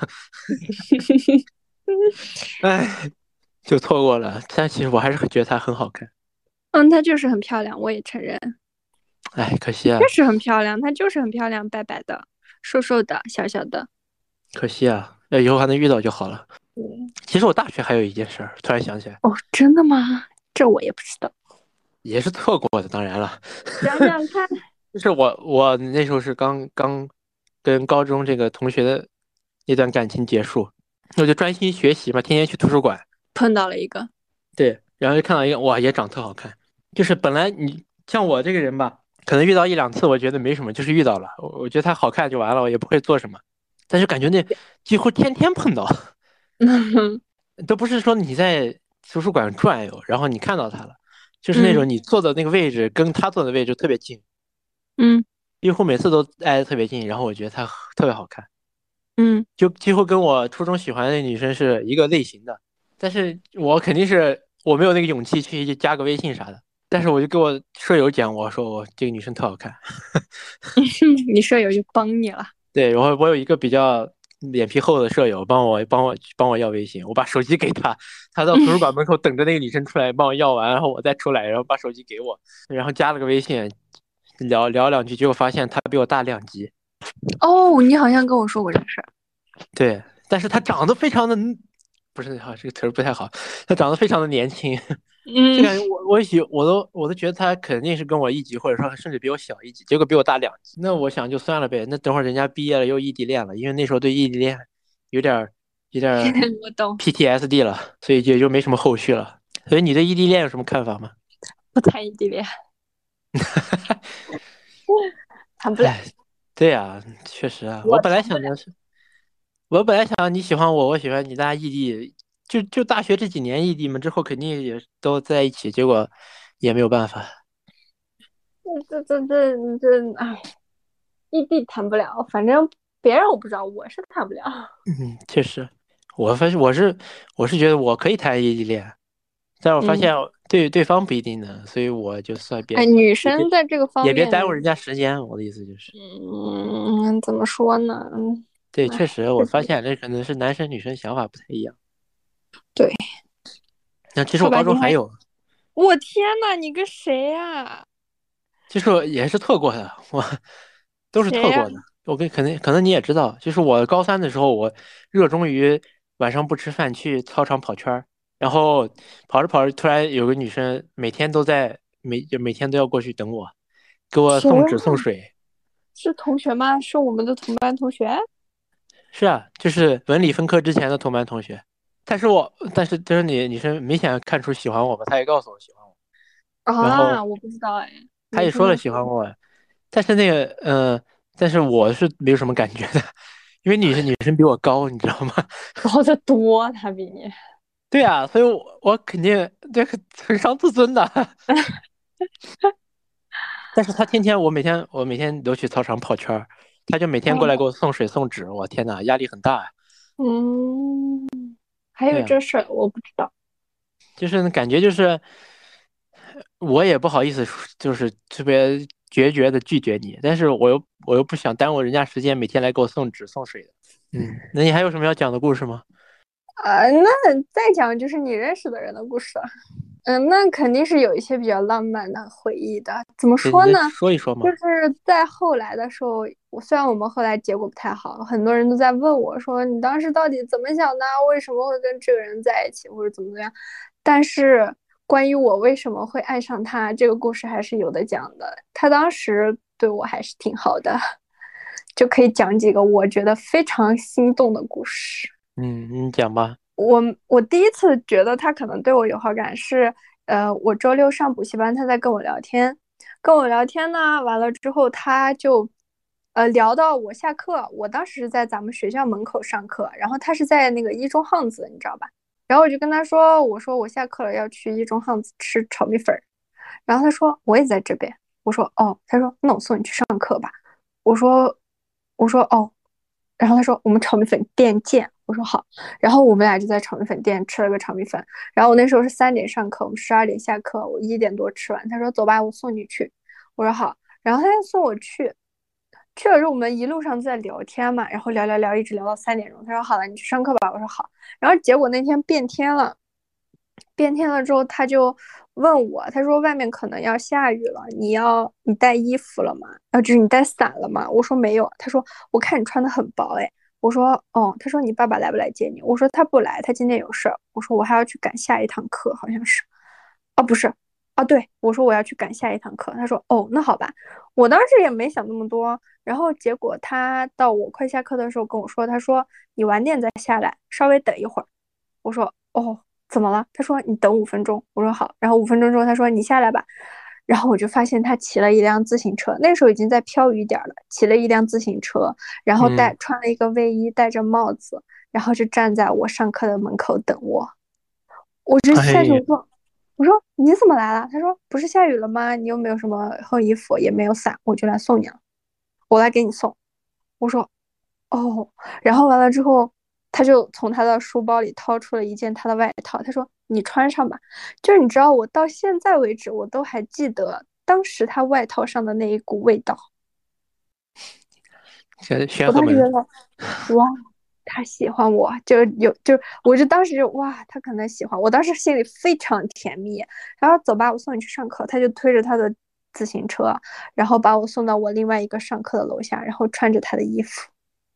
哎，就错过了。但其实我还是觉得她很好看。 嗯，她就是很漂亮，我也承认， 哎，可惜啊， 确实很漂亮，她就是很漂亮，白白的，瘦瘦的，小小的。 可惜啊，要以后还能遇到就好了。 对， 其实我大学还有一件事儿，突然想起来， 哦，真的吗？这我也不知道， 也是错过的。当然了， 讲讲看。 就是我我那时候是刚刚跟高中这个同学的那段感情结束，我就专心学习嘛，天天去图书馆。 碰到了一个， 对，然后就看到一个哇，也长特好看。就是本来你像我这个人吧， 可能遇到一两次，我觉得没什么，就是遇到了，我我觉得他好看就完了，我也不会做什么。但是感觉那几乎天天碰到，都不是说你在图书馆转悠，然后你看到他了，就是那种嗯你坐的那个位置跟他坐的位置特别近， 嗯几乎每次都挨得特别近，然后我觉得他特别好看， 嗯， 就几乎跟我初中喜欢的女生是一个类型的。但是我肯定是我没有那个勇气去加个微信啥的。但是我就跟我舍友讲，我说我这个女生特好看。 你舍友就帮你了。 对，然后我有一个比较脸皮厚的舍友，帮我帮我帮我要微信，我把手机给他，他到图书馆门口等着那个女生出来帮我要完，然后我再出来，然后把手机给我，然后加了个微信，聊聊两句，结果发现他比我大两级。 哦，你好像跟我说过这个事儿。 对，但是他长得非常的，不是好，这个词儿不太好，他长得非常的年轻，就嗯， 感觉我我喜我都我都觉得他肯定是跟我一级，或者说甚至比我小一级，结果比我大两级。那我想就算了呗，那等会儿人家毕业了又异地恋了，因为那时候对异地恋有点有点我懂， P T S D 了，所以也就没什么后续了。所以你对异地恋有什么看法吗？ 不谈异地恋，谈不了。 哎，对呀，确实啊，我本来我谈不了。 想的是，我本来想你喜欢我，我喜欢你，大家异地，就就大学这几年异地嘛，之后肯定也都在一起，结果也没有办法。 这这这这，哎，异地谈不了，反正别人我不知道，我是谈不了。 嗯，确实，我发现我是我是觉得我可以谈异地恋，但是我发嗯， 现对对方不一定呢，所以我就算哎， 别女也别生在这个方也别耽误人面， 家时间。我的意思就是， 嗯，怎么说呢？嗯， 对，确哎， 实我发现这可能是男生女生想法不太一样。 对， 那其实我说吧，你还， 高中还有， 我天呐，你跟谁呀？ 其实我也是特过的，我都是谁呀？ 特过的。我跟可能可能你也知道，就是我高三的时候，我热衷于晚上不吃饭去操场跑圈儿，然后跑着跑着，突然有个女生每天都在每就每天都要过去等我，给我谁送纸送呀？ 水。 是同学吗？是我们的同班同学？ 是啊，就是文理分科之前的同班同学。但是我但是就是你女生明显看出喜欢我吧，她也告诉我喜欢我，然后啊，我不知道哎，没她也说了听他说。 喜欢我，但是那个呃，但是我是没有什么感觉的，因为女生女生比我高，你知道吗？ 高的多，他比你。 对啊，所以我我肯定对很很伤自尊的。但是她天天我每天我每天都去操场跑圈儿，她就每天过来给哦， 我送水送纸，我天呐，压力很大呀。 嗯，还对呀， 有这事儿，我不知道。 就是感觉就是我也不好意思，就是特别决绝的拒绝你，但是我又我又不想耽误人家时间，每天来给我送纸送水的。嗯，那你还有什么要讲的故事吗？ 啊，那再讲就是你认识的人的故事了。嗯，那肯定是有一些比较浪漫的回忆的。怎么对，你再说呢？ 说一说嘛。 就是在后来的时候，我虽然我们后来结果不太好，很多人都在问我说你当时到底怎么想的？为什么会跟这个人在一起，或者怎么怎么样？但是关于我为什么会爱上他，这个故事还是有的讲的。他当时对我还是挺好的，就可以讲几个我觉得非常心动的故事。 嗯，你讲吧。 我我第一次觉得他可能对我有好感是，呃，我周六上补习班，他在跟我聊天，跟我聊天呢，完了之后他就，呃，聊到我下课，我当时是在咱们学校门口上课，然后他是在那个一中巷子，你知道吧？然后我就跟他说，我说我下课了，要去一中巷子吃炒米粉儿，然后他说我也在这边，我说哦，他说那我送你去上课吧，我说我说哦，然后他说我们炒米粉店见，我说好。然后我们俩就在炒米粉店吃了个炒米粉。然后我那时候是三点上课，我们十二点下课，我一点多吃完。他说走吧，我送你去。我说好。然后他就送我去，去了之后我们一路上在聊天嘛，然后聊聊聊，一直聊到三点钟。他说好了，你去上课吧。我说好。然后结果那天变天了，变天了之后他就问我，他说外面可能要下雨了，你要你带衣服了吗？啊，就是你带伞了吗？我说没有。他说我看你穿的很薄，哎。我说哦，他说你爸爸来不来接你？我说他不来，他今天有事儿。我说我还要去赶下一堂课，好像是，啊不是，啊对，我说我要去赶下一堂课。他说哦，那好吧。我当时也没想那么多，然后结果他到我快下课的时候跟我说，他说你晚点再下来，稍微等一会儿。我说哦，怎么了？他说你等五分钟。我说好。然后五分钟之后他说你下来吧。 然后我就发现他骑了一辆自行车，那时候已经在飘雨点了，骑了一辆自行车，然后戴嗯， 穿了一个卫衣，戴着帽子，然后就站在我上课的门口等我。我就哎呀， 下去我说我说你怎么来了？他说不是下雨了吗？你又没有什么厚衣服，也没有伞，我就来送你了，我来给你送。我说哦，然后完了之后，他就从他的书包里掏出了一件他的外套，他说你穿上吧。就是你知道，我到现在为止，我都还记得当时他外套上的那一股味道。 宣宣我和门。 当时觉得，哇，他喜欢我，就有就我就当时就哇，他可能喜欢我，当时心里非常甜蜜。然后走吧，我送你去上课，他就推着他的自行车，然后把我送到我另外一个上课的楼下，然后穿着他的衣服。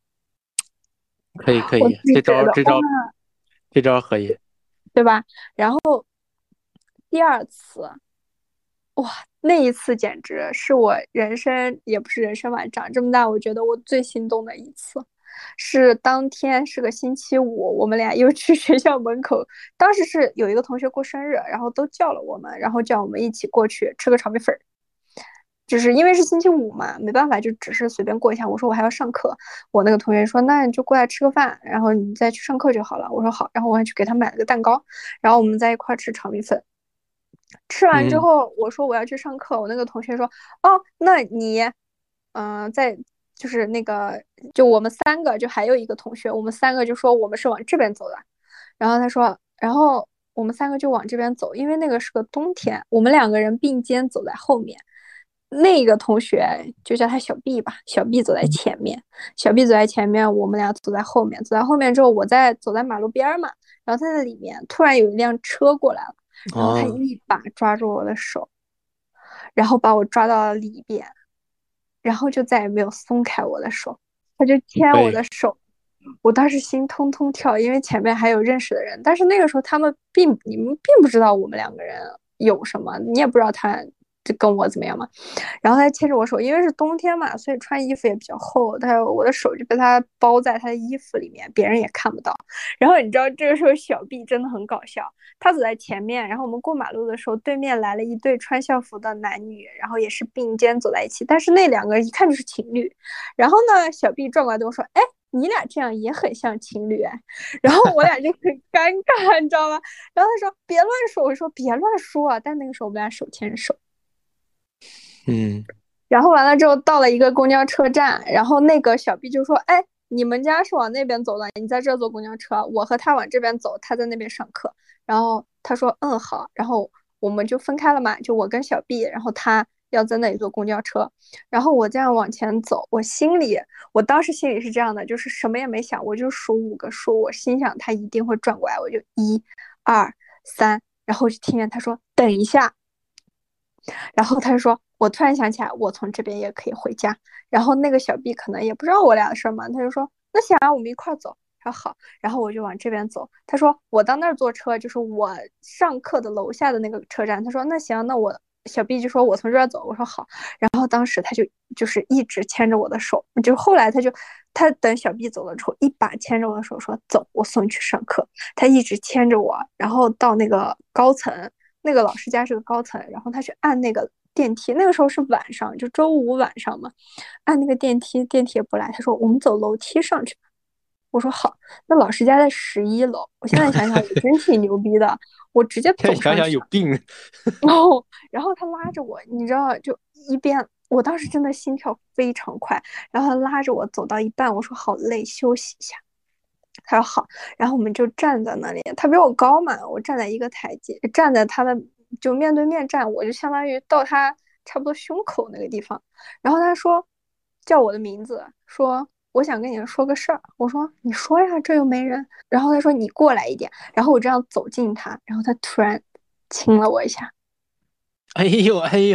我就可以可以，这觉得哇， 招这招这招可以。 对吧？然后第二次，哇，那一次简直是我人生也不是人生吧，长这么大我觉得我最心动的一次。是当天是个星期五，我们俩又去学校门口，当时是有一个同学过生日，然后都叫了我们，然后叫我们一起过去吃个炒米粉儿。就是因为是星期五嘛，没办法，就只是随便过一下。我说我还要上课，我那个同学说那你就过来吃个饭，然后你再去上课就好了。我说好，然后我还去给他买了个蛋糕，然后我们在一块吃炒米粉。吃完之嗯后，我说我要去上课，我那个同学说哦，那你，嗯、呃在就是那个就我们三个，就还有一个同学，我们三个就说我们是往这边走的，然后他说，然后我们三个就往这边走，因为那个是个冬天，我们两个人并肩走在后面。那个同学就叫他小 B 吧，小 B 走在前面，小 B 走在前面，我们俩走在后面。走在后面之后，我在走在马路边嘛，然后他在里面，突然有一辆车过来了，然后他哦， 一把抓住我的手，然后把我抓到了里边，然后就再也没有松开我的手，他就牵可以。 我的手。我当时心通通跳，因为前面还有认识的人，但是那个时候他们并你们并不知道我们两个人有什么，你也不知道他这跟我怎么样嘛。然后他牵着我手，因为是冬天嘛，所以穿衣服也比较厚，他我的手就被他包在他的衣服里面，别人也看不到。然后你知道这个时候小 B 真的很搞笑，他走在前面，然后我们过马路的时候，对面来了一对穿校服的男女，然后也是并肩走在一起，但是那两个一看就是情侣。然后呢，小 B 转过来对我说：“哎。”你俩这样也很像情侣哎，然后我俩就很尴尬，你知道吗？然后他说别乱说，我说别乱说啊。但那个时候我们俩手牵手， 嗯， 然后完了之后到了一个公交车站，然后那个小 B 就说：“哎，你们家是往那边走的，你在这坐公交车，我和他往这边走，他在那边上课。”然后他说：“嗯，好。”然后我们就分开了嘛，就我跟小 B，然后他要在那里坐公交车，然后我这样往前走，我心里，我当时心里是这样的，就是什么也没想，我就数五个数，我心想他一定会转过来，我就一、二、三，然后就听见他说：“等一下。”然后他就说，我突然想起来，我从这边也可以回家。然后那个小 B 可能也不知道我俩的事嘛，他就说，那行啊，我们一块走。他说好，然后我就往这边走。他说我到那儿坐车，就是我上课的楼下的那个车站。他说那行，那我小 B 就说我从这儿走。我说好。然后当时他就就是一直牵着我的手，就后来他就他等小 B 走了之后，一把牵着我的手说走，我送你去上课。他一直牵着我，然后到那个高层。那个老师家是个高层，然后他去按那个电梯，那个时候是晚上，就周五晚上嘛，按那个电梯，电梯也不来，他说我们走楼梯上去。我说好，那老师家在十一楼，我现在想想我真挺牛逼的，我直接现在想走上去了。 想有病。 然后，然后他拉着我，你知道，就一边，我当时真的心跳非常快，然后他拉着我走到一半，我说好累，休息一下。他说好，然后我们就站在那里，他比我高嘛，我站在一个台阶，站在他的就面对面站，我就相当于到他差不多胸口那个地方。然后他说叫我的名字，说我想跟你说个事儿。我说你说呀，这又没人。然后他说你过来一点，然后我这样走近他，然后他突然亲了我一下。 哎呦哎呦，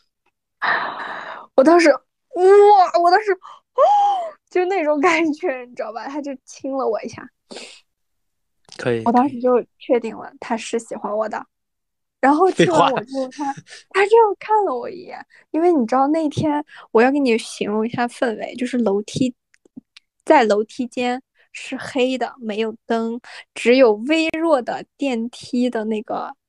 我当时哇，我当时哦，就那种感觉，你知道吧？他就亲了我一下。 可以可以。 我当时就确定了他是喜欢我的。然后亲完废话。 我之后，他他这样看了我一眼，因为你知道那天我要给你形容一下氛围，就是楼梯在楼梯间是黑的，没有灯，只有微弱的电梯的那个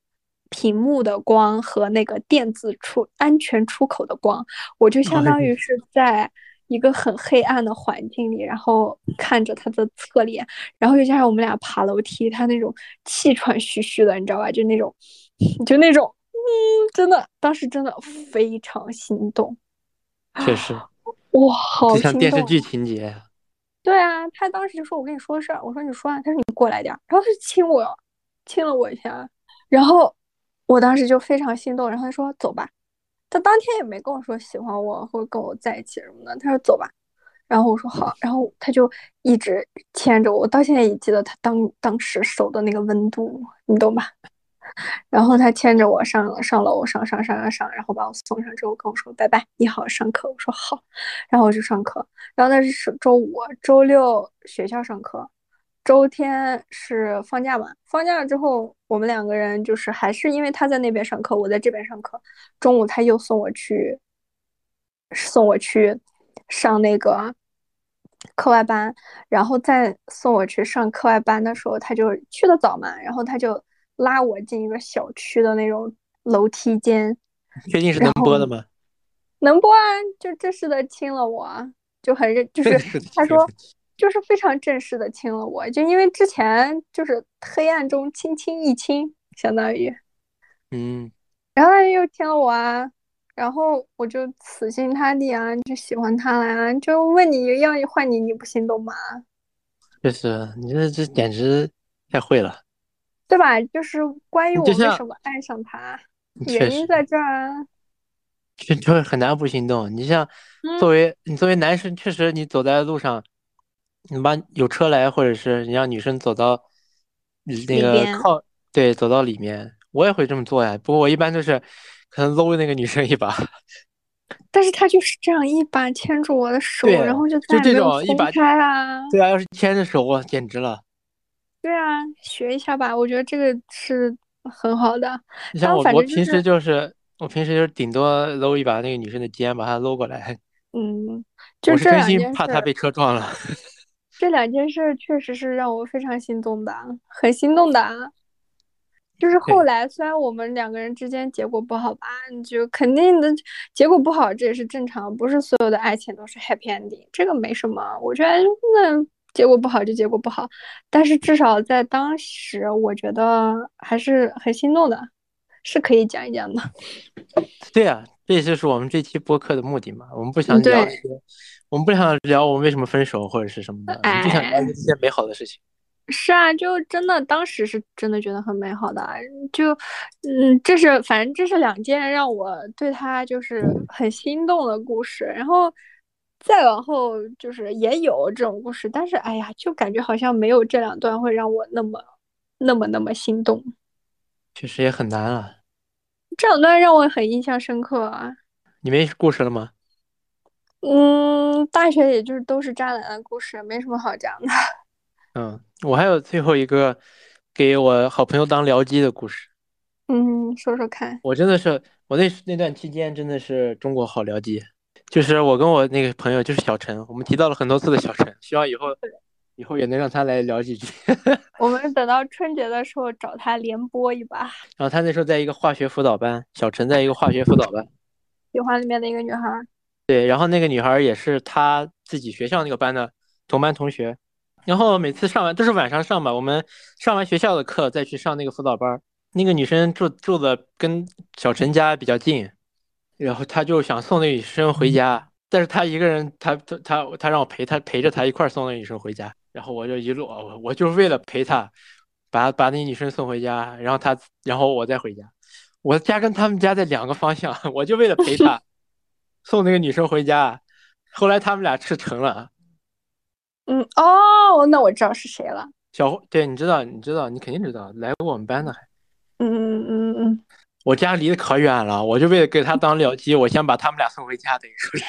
屏幕的光和那个电子出安全出口的光，我就相当于是在一个很黑暗的环境里，然后看着他的侧脸，然后又加上我们俩爬楼梯，他那种气喘吁吁的，你知道吧？就那种，就那种，嗯，真的，当时真的非常心动。 确实， 哇， 就好心动！ 像电视剧情节。 对啊，他当时就说：“我跟你说个事儿。”我说：“你说啊。”他说：“你过来点儿。”然后他就亲我，亲了我一下，然后我当时就非常心动。然后他说：“走吧。”他当天也没跟我说喜欢我或者跟我在一起什么的，他说：“走吧。”然后我说：“好。”然后他就一直牵着我，到现在也记得他当当时手的那个温度，你懂吧？然后他牵着我上上楼，上上上上上，然后把我送上之后跟我说拜拜，你好好上课。我说好，然后我就上课。然后那是周五，周六学校上课，周天是放假嘛。放假了之后，我们两个人就是还是因为他在那边上课，我在这边上课。中午他又送我去送我去上那个课外班，然后再送我去上课外班的时候，他就去的早嘛，然后他就拉我进一个小区的那种楼梯间， 确定是能然后播的吗？ 能不啊，就正式的亲了我，就很认，就是真是的， 他说挺神奇。 就是非常正式的亲了我，就因为之前就是黑暗中轻轻一亲，相当于。 嗯， 然后他又亲了我啊，然后我就死心塌地啊，就喜欢他了啊，就问你要换你，你不心动吗？ 确实，你这这简直太会了。 对吧？就是关于我为你就像， 什么爱上他， 确实， 原因在这儿啊。 就就会很难不心动。你像作嗯， 为你作为男生，确实你走在路上，你把有车来，或者是你让女生走到那里边， 个靠，对，走到里面，我也会这么做呀。不过我一般都是可能搂那个女生一把。 但是他就是这样一把牵住我的手，然对， 后就再就这也没有种一把， 松开啊。 对啊，要是牵着手，哇，简直了。 对啊，学一下吧，我觉得这个是很好的。 你像我， 当反我平时正就是， 就是我平时就是顶多搂一把那个女生的肩，把她搂过来。 嗯，就这我是真两件事， 心怕她被车撞了。 这两件事确实是让我非常心动的，很心动的。就是后对， 来，虽然我们两个人之间结果不好吧，就肯定的结果不好，这也是正常，不是所有的爱情都是 happy ending，这个没什么。我觉得那结果不好就结果不好，但是至少在当时，我觉得还是很心动的，是可以讲一讲的。 对啊，这也就是我们这期播客的目的嘛。我们不嗯， 想聊那对， 些，我们不想聊我们为什么分手或者是什么的，我们就想聊一些哎， 这些美好的事情。 是啊，就真的当时是真的觉得很美好的啊，就，嗯，这是反正这是两件让我对他就是很心动的故事，然后再往后就是也有这种故事，但是哎呀，就感觉好像没有这两段会让我那么那么那么心动， 确实也很难啊。 这两段让我很印象深刻啊。 你没故事了吗？ 嗯，大学也就是都是渣男的故事，没什么好讲的。 嗯，我还有最后一个给我好朋友当僚机的故事。 嗯，说说看。 我真的是，我那那段期间真的是中国好僚机。就是我跟我那个朋友就是小陈，我们提到了很多次的小陈，希望以后以后也能让他来聊几句。 我们等到春节的时候找他连播一把。 然后他那时候在一个化学辅导班，小陈在一个化学辅导班。 喜欢里面的一个女孩。 对，然后那个女孩也是他自己学校那个班的同班同学。然后每次上完都是晚上上吧，我们上完学校的课再去上那个辅导班。那个女生住住的跟小陈家比较近，然后他就想送那女生回家，但是他一个人，他他他他让我陪他陪着他一块送那女生回家，然后我就一路我我就为了陪他，把把那女生送回家，然后他然后我再回家，我家跟他们家在两个方向，我就为了陪他送那个女生回家，后来他们俩吃成了。 嗯，哦，那我知道是谁了。 小对，你知道你知道你肯定知道，来过我们班的还。 嗯嗯嗯， 我家离得可远了，我就为了给他当僚机，我先把他们俩送回家，等于说是。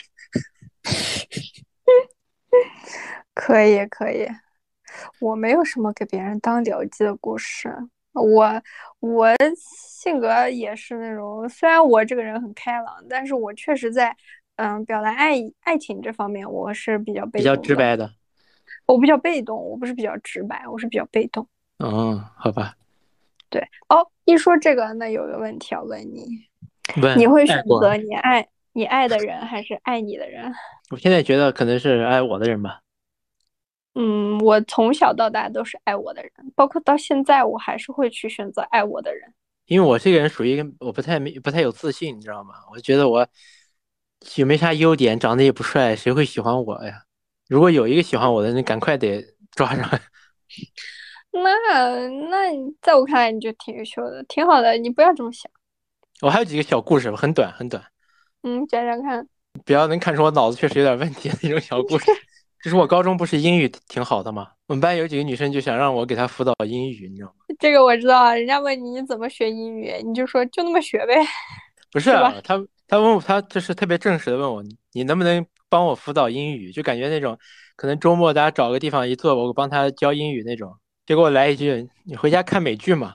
可以可以。我没有什么给别人当僚机的故事。我我性格也是那种，虽然我这个人很开朗，但是我确实在嗯表达爱爱情这方面我是比较比较被动的。 直白的。 我比较被动，我不是比较直白，我是比较被动。 嗯，好吧。 对，哦， 一说这个，那有个问题要问你，你问会选爱过， 择你爱你爱的人还是爱你的人？ 我现在觉得可能是爱我的人吧， 嗯，我从小到大都是爱我的人，包括到现在，我还是会去选择爱我的人。 因为我这个人属于我不太没不太有自信，你知道吗？我觉得我也没啥优点，长得也不帅，谁会喜欢我呀？如果有一个喜欢我的，你赶快得抓上。 那那你在我看来你就挺优秀的，挺好的，你不要这么想。 我还有几个小故事，很短很短， 嗯，讲讲看。 比较能看出我脑子确实有点问题的那种小故事。就是我高中不是英语挺好的吗？我们班有几个女生就想让我给她辅导英语，你知道吗？ 这个我知道啊，人家问你你怎么学英语，你就说就那么学呗， 不是是吧？ 啊，她她问我，她就是特别正式的问我，你能不能帮我辅导英语？就感觉那种可能周末大家找个地方一坐，我帮她教英语那种。结果我来一句，你回家看美剧嘛？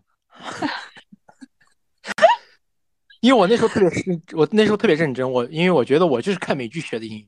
因为我那时候特别是，我那时候特别认真，我因为我觉得我就是看美剧学的英语。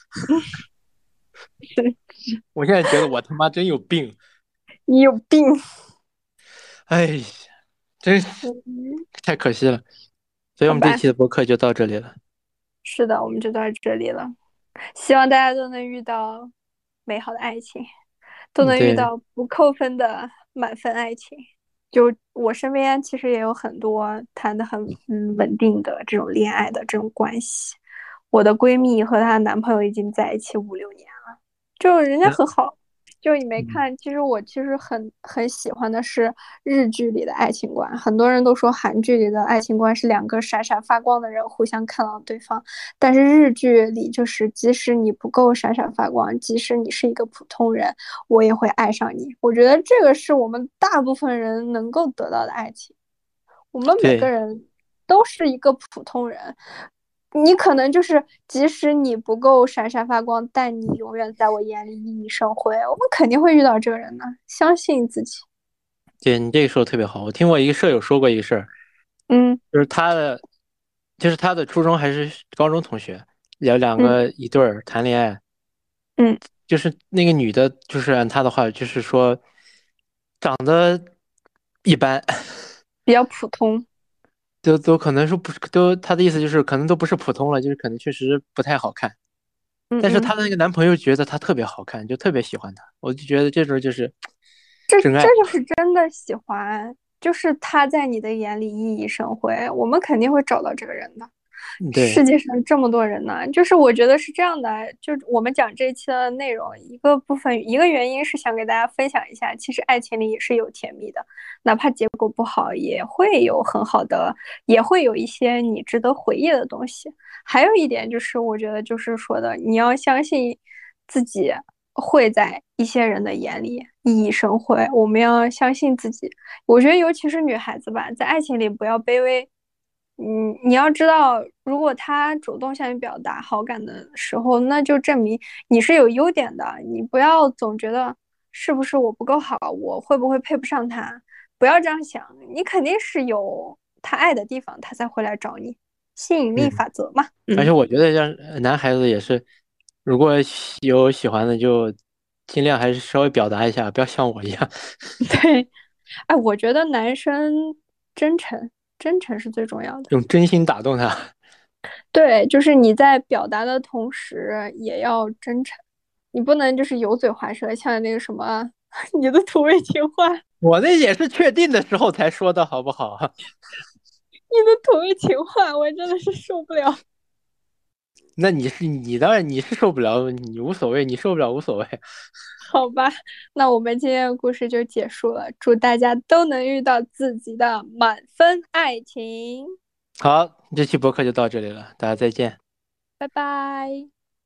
我现在觉得我他妈真有病， 你有病。 哎呀，真是嗯， 太可惜了。所以我们这一好吧， 期的播客就到这里了。 是的，我们就到这里了。希望大家都能遇到美好的爱情，都嗯， 能遇对， 到不扣分的满分爱情。就我身边其实也有很多谈的很嗯稳定的这种恋爱的这种关系。我的闺蜜和她男朋友已经在一起五六年了，就人家那很好。就你没嗯， 看，其实我其实很很喜欢的是日剧里的爱情观。很多人都说韩剧里的爱情观是两个闪闪发光的人互相看到对方，但是日剧里就是即使你不够闪闪发光，即使你是一个普通人，我也会爱上你。我觉得这个是我们大部分人能够得到的爱情。我们每个对人都是一个普通人，你可能就是即使你不够闪闪发光，但你永远在我眼里熠熠生辉。我们肯定会遇到这个人的，相信自己。 对，你这个说的特别好。我听我一个舍友说过一个事儿， 嗯就是他的，就是他的初中还是高中同学，有两嗯个一对儿谈恋爱， 嗯， 就是那个女的，就是按他的话，就是说长得一般， 比较普通。 都都可能说不是，都他的意思就是可能都不是普通了，就是可能确实不太好看。 嗯嗯。 但是她的那个男朋友觉得她特别好看，就特别喜欢她。我就觉得这种就是这真爱。 这就是真的喜欢，就是他在你的眼里熠熠生辉，我们肯定会找到这个人的。 嗯对世界上这么多人呢，就是我觉得是这样的，就是我们讲这一期的内容，一个部分一个原因是想给大家分享一下，其实爱情里也是有甜蜜的，哪怕结果不好，也会有很好的，也会有一些你值得回忆的东西。还有一点就是，我觉得就是说的，你要相信自己会在一些人的眼里熠熠生辉。我们要相信自己。我觉得，尤其是女孩子吧，在爱情里不要卑微。嗯，你要知道，如果他主动向你表达好感的时候，那就证明你是有优点的。你不要总觉得是不是我不够好，我会不会配不上他？不要这样想，你肯定是有他爱的地方，他才会来找你。吸引力嗯， 法则嘛。 而且嗯， 我觉得让呃男孩子也是，如果有喜欢的就尽量还是稍微表达一下，不要像我一样对。哎，我觉得男生真诚，真诚是最重要的。 用真心打动他。 对，就是你在表达的同时也要真诚，你不能就是油嘴滑舌，像那个什么你的土味情话，你我那也是确定的时候才说的好不好？ 的土味情话，我真的是受不了。 那你是你当然你是受不了，你无所谓，你受不了无所谓。 好吧，那我们今天的故事就结束了，祝大家都能遇到自己的满分爱情， 好，这期博客就到这里了，大家再见。 拜拜。